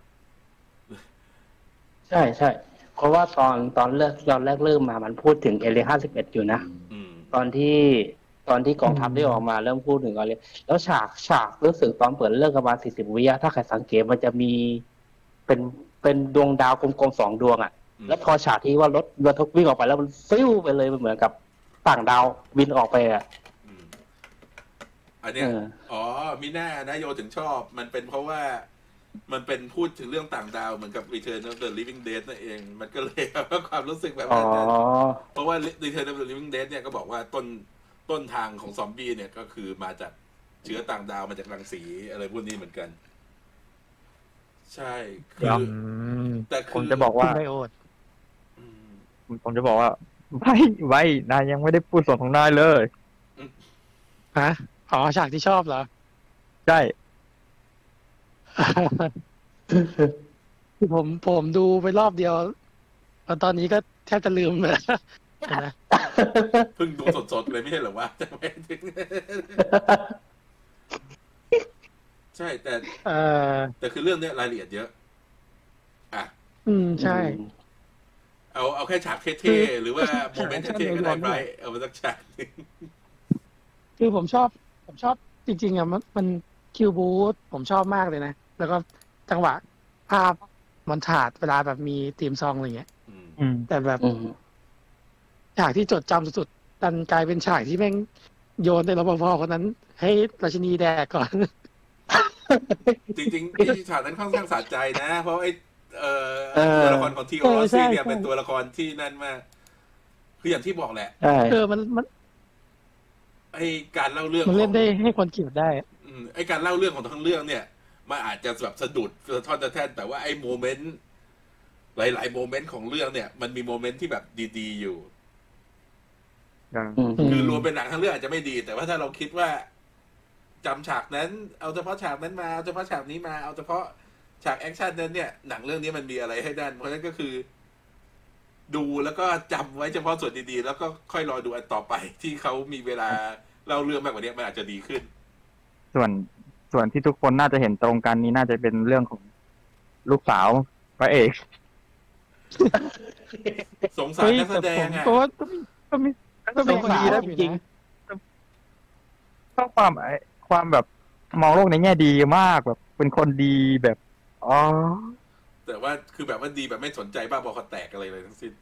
ใช่ใช่เพราะว่าตอนตอนเลิกตอนแรกเริ่มมามันพูดถึงเอเลห้าสิบเอ็ดอยู่นะอืมตอนที่ตอนที่กองทัพได้ออกมาเริ่มพูดถึงอะไรแล้วฉากฉากรู้สึกตอนเปิดเรื่องประมาณสี่สิบวิอะถ้าใครสังเกตมันจะมีเป็นเป็นดวงดาวกลมๆสองดวงอะอืมแล้วพอฉากที่ว่ารถบรรทุกวิ่งออกไปแล้วมันฟิวไปเลยมันเหมือนกับต่างดาวบินออกไปอะอืมอันเนี้ยเอออ๋อมีหน้านะโยถึงชอบ มันเป็นเพราะว่ามันเป็นพูดถึงเรื่องต่างดาวเหมือนกับ Return of the Living Dead นั่นเอง มันก็เลย ความรู้สึกแบบอ๋อนั้นนะเพราะว่า Return of the Living Dead เนี่ยก็บอกว่าต้นต้นทางของซอมบี้เนี่ยก็คือมาจากเชื้อต่างดาวมาจากรังสีอะไรพวกนี้เหมือนกัน ใช่ คืเดี๋ยวอมแต่ผคืมอจะบอกว่าไบโอดอืมผมจะบอกว่า ไว้ไว้นายยังไม่ได้พูดส่วนของนายเลยฮะอ๋อฉากที่ชอบเหรอใช่คือผมผมดูไปรอบเดียวแล้วตอนนี้ก็แทบจะลืมไปแล้วนะเพิ่งดูสดๆเลยไม่ใช่เหรอวะจะไม่ถึง ใช่ แต่เออแต่คือเรื่องเนี้ยรายละเอียดเยอะ อ่ะอืมใช่เอาเอาแค่ฉากคืเท่อๆหรือว่าโมเมนต์เท่ๆก็ได้ไบรท์เอามาสักฉากหนึ่งคือผมชอบ ผมชอบจริง ๆอ่ะมันมันคิวบูธผมชอบมากเลยนะ แล้วก็จังหวะภาพมันฉาดเวลาแบบมีทีมซองอะไรเงี้ยอืมอืมแต่แบบอืมฉากที่จดจำสุดๆดันกลายเป็นฉากที่แม่งโยนในรปภคนนั้น ให้ราชินีแดกก่อนจริงๆที่ฉากนั้นค่อนข้างสะใจนะ เพราะไอ้เอ่อเออตัวละครของทีโอเออรอใช่ซี่เนี่ยใช่เป็นตัวละครที่นั่นมาก คืออย่างที่บอกแหละใช่เออมันมันไอ้การเล่าเรื่องมันเล่นได้ของให้คนเกลียดได้อืมไอ้การเล่าเรื่องของทั้งเรื่องเนี่ยมันอาจจะแบบสะดุดสะท้อนสะแท้นแต่ว่าไอ้โมเมนต์หลายๆโมเมนต์ของเรื่องเนี่ย มันมีโมเมนต์ที่แบบดีๆอยู่อย่างอืมคือรวมเป็นหนังทั้งเรื่องอาจจะไม่ดี แต่ว่าถ้าเราคิดว่าจำฉากนั้น เอาเฉพาะฉากนั้นมาเอาเฉพาะฉากนี้มาเอาเฉพาะฉากแอคชั่นนั้นเนี่ยหนังเรื่องนี้มันมีอะไรให้ด้านเพราะฉะนั้นก็คือ ดูแล้วก็จำไว้เฉพาะส่วนดีๆ แล้วก็ค่อยรอดูอันต่อไป ที่เขามีเวลาเล่าเรื่องมากกว่านี้มันอาจจะดีขึ้นส่วนส่วนที่ทุกคนน่าจะเห็นตรงกันนี้น่าจะเป็นเรื่องของลูกสาวพระเอกสงสารเฮ้ยนักแสแต่ดผงมอ่ะก็ก็มีก็มีก็มีคนดีนะจริงชอบความไอ้ความแบบมองโลกในแง่ดีมากแบบเป็นคนดีแบบอ๋อแต่ว่าคือแบบว่าดีแบบไม่สนใจบ้าบอคอแตกอะไรเลยทั้งสิ้น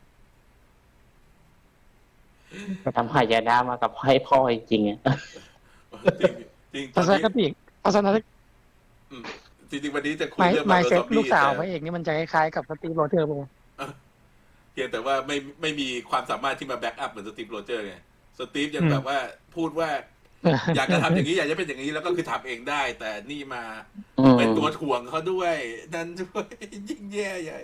ทำหายนะมากับให้พ่อจริงๆอ่ะจริงจริงตอทันศนนี้คติทัศนคติอืมจริงๆวันนี้จะคุยไมเรื่องไมมาเวลเซ็ซตอมบี้ลูกสาวแต่พระเอกนี่มันจะคล้ายๆกับสตีฟโรเจอร์ป่ะเพียงแต่ว่าไม่ไม่มีความสามารถที่มาแบ็กอัพเหมือนสตีฟโรเจอร์ไงสตีฟยังอืมแบบว่าพูดว่า อยากจะทำอย่างนี้อยากจะเป็นอย่างนี้แล้วก็คือทำเองได้ แต่นี่มาอืมเป็นตัวถ่วงเขาด้วย นั่นด้วย ยิ่งแย่ใหญ่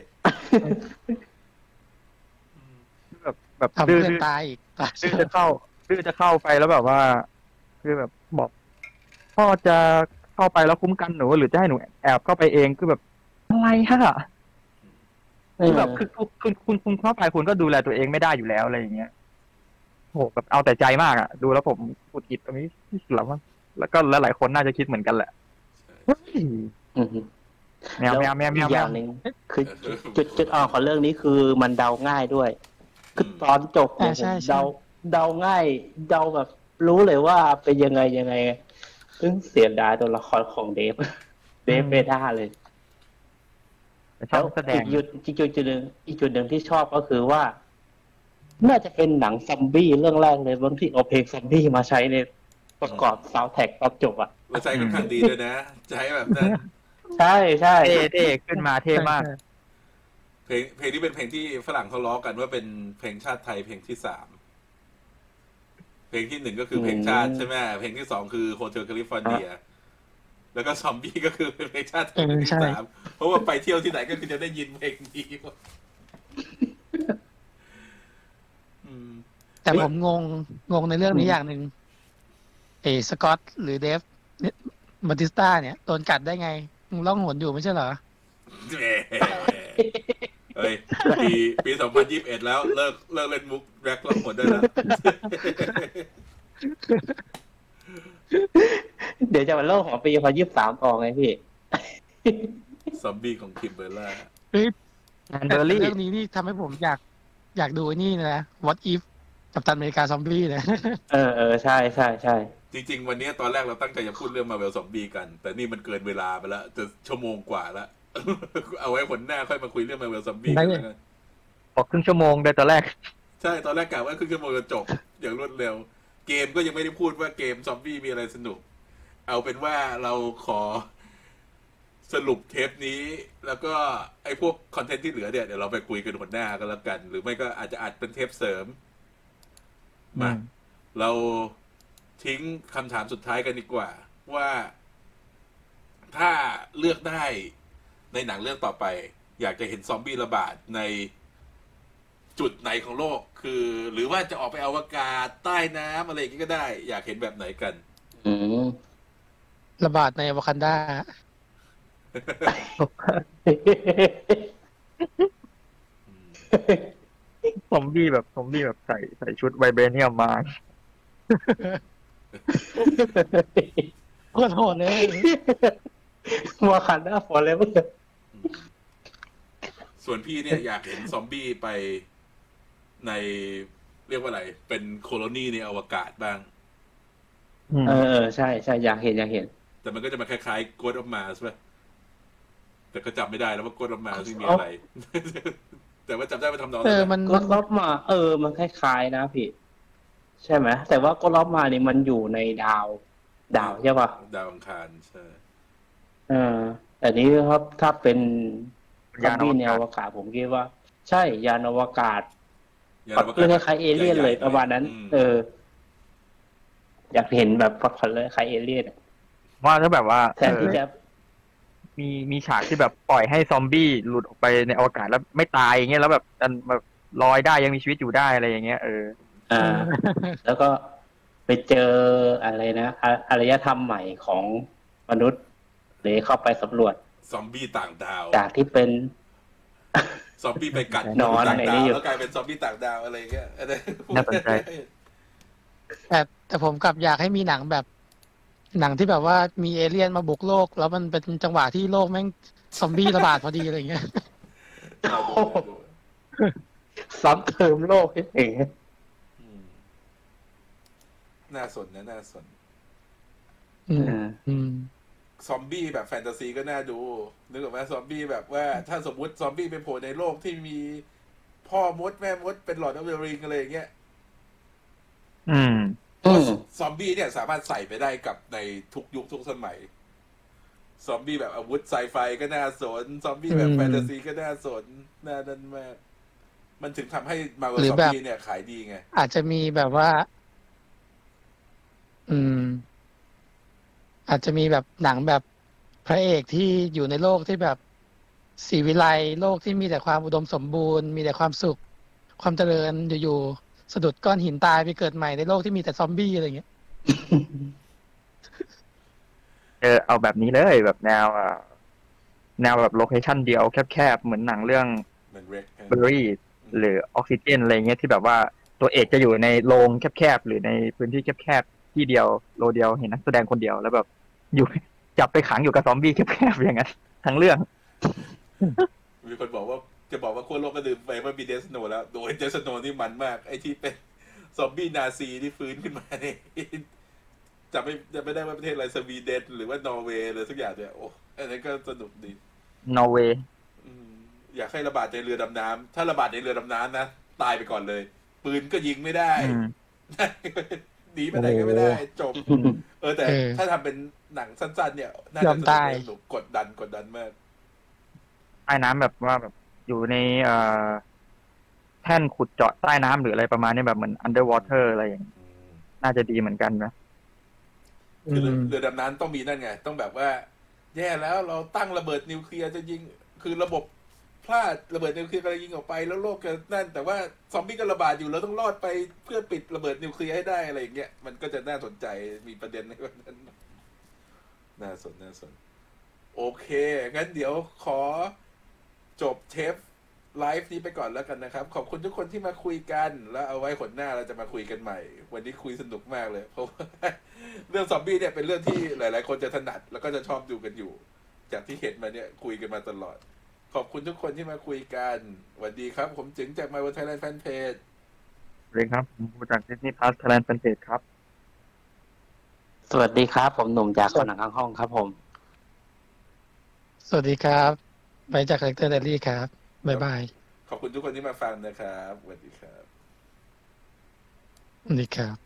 แบบแบบทำดื้อเพื่อนดื้อตายอีกดื้อจะเข้าดื้อจะเข้าไปแล้วแบบว่า คือแบบบอก พ่อจะเข้าไปแล้วคุ้มกันหนูหรือจะให้หนูแอบเข้าไปเองคือแบบอะไรฮะคือแบบคือคุณคุณคุณเข้าไปคุณก็ดูแลตัวเองไม่ได้อยู่แล้วอะไรอย่างเงี้ยโหแบบเอาแต่ใจมากอ่ะ ดูแล้วผมปุดกิดตรงนี้ที่สุดแล้วมั้งแล้วก็หลายๆคนน่าจะคิดเหมือนกันแหละเฮ้ยอืมแมวแมวแมวแมอีวกแมอย่าว งหนึ่งคือจุดจุดอ่อนของเรื่องนี้คือมันเดาง่ายด้วย คือตอนจบเนี่ยอ่าใช่ผมใช่เดาเดาง่าย เดาแบบรู้เลยว่าเป็นยังไงยังไงซึ่งเสียดายตัวละครของเดฟ เดฟเบด้าเลยแต่ชอแล้บวแสดอีงกจุดอีกจุดจุดหนึ่งอีกจุดหนึ่งที่ชอบก็คือว่า น่าจะเป็นหนังซอมบี้เรื่องแรกเลยบางที่เอาเพลงซอมบี้มาใช้ในประกอบซาวด์แทร็กตอนจบอ่ะเราใช้ค่อนข้างดีด้วยนะใช้แบบนั้นใช่ใช่เท่เท่ขึ้นมาเท่มากเพลงเพลงนี้เป็นเพลงที่ฝรั่งเขาล้อกันว่าเป็นเพลงชาติไทยเพลงที่สามเพลงที่หนึ่งก็คือเพลงชาติใช่ไหมเพลงที่สองคือโฮเทลแคลิฟอร์เนียแล้วก็ซอมบี้ก็คือเป็นเพลงชาติไทยเพลงที่สามเพราะว่าไปเที่ยวที่ไหนก็คือจะได้ยินเพลงนี้หมดอืมแต่ผมงงงงในเรื่องนี้อย่างหนึ่งเอสกอตหรือเดฟบัติสตาเนี่ยโดนกัดได้ไงมึงล่องหนอยู่ไม่ใช่เหรอแหมเฮ้ยปีปีสองพันยี่สิบเอ็ดแล้วเลิกเลิกเล่นมุกแร็กล่องหนได้แล้วเดี๋ยวจะมาโลกของปีพอยี่สิบสามออกไงพี่ซอมบี้ของคิมเบอร์ล่าเฮ้ยแอนแต่เบอร์รี่เรื่องนี้นี่ทำให้ผมอยากอยากดูไอ้นี่นะ What if กัปตันอเมริกาซอมบี้นะเออเออใช่ใช่ใช่จริงๆ วันนี้ตอนแรกเราตั้งใจจะพูดเรื่องมาเวลซอมบี้กัน แต่นี่มันเกินเวลาไปแล้วจะชั่วโมงกว่าแล้ว เอาไว้ผลหน้าค่อยมาคุยเรื่องมาเวลซอมบี้กันแล้วกันออกครึ่งชั่วโมงโดยตอนแรกใช่ ตอนแรกกะว่าครึ่งชั่วโมงจะจบ อย่างรวดเร็ว เกมก็ยังไม่ได้พูดว่าเกมซอมบี้มีอะไรสนุก เอาเป็นว่าเราขอสรุปเทปนี้ แล้วก็ไอ้พวกคอนเทนต์ที่เหลือเนี่ยเดี๋ยวเราไปคุยกันหัวหน้ากันแล้วกัน หรือไม่ก็อาจจะอัดเป็นเทปเสริมมาอืมเราทิ้งคำถามสุดท้ายกันดีกว่า ว่าถ้าเลือกได้ในหนังเรื่องต่อไป อยากจะเห็นซอมบี้ระบาดในจุดไหนของโลก คือ หรือว่าจะออกไปอวกาศใต้น้ำอะไรอย่างนี้ก็ได้ อยากเห็นแบบไหนกันอืมระบาดในวากันดาซอมบี้แบบซอมบี้แบบใส่ใส่ชุดไวเบเนียมมาโคตรโหดเลยวาคันดาฟอร์เรเวอร์ส่วนพี่เนี่ยอยากเห็นซอมบี้ไปในเรียกว่าอะไร เป็นโคโลนีในอวกาศบ้างเออเออใช่ใช่อยากเห็นอยากเห็นแต่มันก็จะมาคล้ายๆ Ghost of Mars ป่ะแต่ก็จำไม่ได้แล้วว่า Ghost of Mars ที่มีอะไร แต่ว่าจำได้ว่าทำนองเอนั้นอแหละมันก็ล็อบมา เออ มันคล้ายๆนะพี่ ใช่ไหมแต่ว่าก็ล็อบมาเนี่ยมันอยู่ในดาว ดาวใช่ป่ะดาวอังคารใช่เออ แต่นี้ครับถ้าเป็นซอยาม นอวกาศบี้ในอวกาศผมคิดว่า ใช่ยานอวกาศยานอวกาศเรื่องคล้ายๆเอเลี่ยนเลยประมาณนั้นอืมเออ อยากเห็นแบบพันๆเลยคล้ายเอเลี่ยนอะว่าถ้าแบบว่าแทนที่เออจะมีมีฉากที่แบบปล่อยให้ซอมบี้หลุดออกไปในอวกาศแล้วไม่ตายอย่างเงี้ยแล้วแบบอันแบบลอยได้ยังมีชีวิตอยู่ได้อะไรอย่างเงี้ยเอออ่า แล้วก็ไปเจออะไรนะอะอารยธรรมใหม่ของมนุษย์เลยเข้าไปสำรวจซอมบี้ต่างดาวจากที่เป็นซอมบี้ไปกัดนอนต่างไหนดานี่วอยู่แล้วกลายเป็นซอมบี้ต่างดาวอะไรอย่างเงี้ยน่าสนใจแต่แต่ผมกลับอยากให้มีหนังแบบหนังที่แบบว่ามีเอเลี่ยนมาบุกโลก แล้วมันเป็นจังหวะที่โลกแม่งซอมบี้ระบาดพอดีอะไรเงี้ยน่าดูน่าดูซ้ำเติมโลกให้เองอืมน่าสนนะน่าสนอืมอืมซอมบี้แบบแฟนตาซีก็น่าดูนึกออกไหมซอมบี้แบบว่าถ้าสมมุติซอมบี้ไปโผล่ในโลกที่มีพ่อมดแม่มดเป็นหลอร์ดออฟเดอะริงอะไรอย่างเงี้ยอืมเพราะซอมบี้เนี่ยสามารถใส่ไปได้กับในทุกยุคทุกสมัย ซอมบี้แบบอาวุธไซไฟก็น่าสน ซอมบี้แบบอืมแฟนตาซีก็น่าสน น่าดันมาก มันถึงทำให้มาเวลหรือซอมแบบบี้เนี่ยขายดีไงอาจจะมีแบบว่า อืม อาจจะมีแบบหนังแบบพระเอกที่อยู่ในโลกที่แบบศรีวิไลย์โลกที่มีแต่ความอุดมสมบูรณ์ มีแต่ความสุข ความเจริญอยู่ๆสะดุดก้อนหินตายไปเกิดใหม่ในโลกที่มีแต่ซอมบี้อะไรเงี้ยเออเอาแบบนี้เลยแบบแนวอ่าแนวแบบโลเคชั่นเดียวแคบๆเหมือนหนังเรื่องเหมือนเร็กเบอร์รี่หรือออกซิเจนอะไรเงี้ยที่แบบว่าตัวเอกจะอยู่ในโรงแคบๆหรือในพื้นที่แคบๆที่เดียวโลเดียวเห็นนักแสดงคนเดียวแล้วแบบอยู่ จับไปขังอยู่กับซอมบี้แคบๆอย่างนั้นทั้งเรื่องมีคนบอกว่าจะบอกว่าขั้วโลกก็ลืมไปว่ามีเดสโนแล้ว โดยเดสโนนี่มันมาก ไอ้ที่เป็นซอมบี้นาซีที่ฟื้นขึ้นมาเนี่ยจำไม่จำไม่ได้ว่าประเทศอะไรสวีเดนหรือว่านอร์เวย์เลยสักอย่างเนี่ยโอ้อันนั้นก็สนุกดีนอร์เวย์อืมอยากให้ระบาดในเรือดำน้ำถ้าระบาดในเรือดำน้ำนะตายไปก่อนเลย ปืนก็ยิงไม่ได้อืมหนีไปไหนก็ไม่ได้ จบ เออแต่เออถ้าทำเป็นหนังสั้นๆเนี่ยน่ายอจะมสนุกตายสนุกกดดันกดดันมากใต้น้ำแบบว่าแบบอยู่ในเอ่อแท่นขุดเจาะใต้น้ำหรืออะไรประมาณนี้แบบเหมือน underwater อะไรอย่างนี้น่าจะดีเหมือนกันนะคือเรืออืมเรือดำน้ำต้องมีนั่นไง ต้องแบบว่า แย่แล้วเราตั้งระเบิดนิวเคลียร์จะยิง คือระบบพลาดระเบิดนิวเคลียร์กำลังยิงออกไปแล้วโลกจะนั่น แต่ว่าซอมบี้ก็ระบาดอยู่เราต้องรอดไปเพื่อปิดระเบิดนิวเคลียร์ให้ได้อะไรอย่างเงี้ยมันก็จะน่าสนใจมีประเด็นในวันนั้นน่าสนน่าสน โอเค งั้นเดี๋ยวขอจบเทปไลฟ์นี้ไปก่อนแล้วกันนะครับ ขอบคุณทุกคนที่มาคุยกัน แล้วเอาไว้หนหน้าเราจะมาคุยกันใหม่ วันนี้คุยสนุกมากเลย เพราะว่า เรื่องซอมบี้เนี่ยเป็นเรื่องที่หลาย ๆ คนจะถนัด แล้วก็จะชอบดูกันอยู่ จากที่เห็นมาเนี่ยคุยกันมาตลอด ขอบคุณทุกคนที่มาคุยกันสวัสดีครับ ผมจึงจาก My World Thailand Fan Page เรียนครับผมจาก Disney Plus Thailand Fanpage ครับสวัสดีครับ ผมหนุ่มจากคนหนังข้างห้องครับผมสวัสดีครับไปจากคาแรคเตอร์เดลี่ครับ บ๊ายบายขอบคุณทุกคนที่มาฟังนะครับสวัสดีครับสวัสดีครับ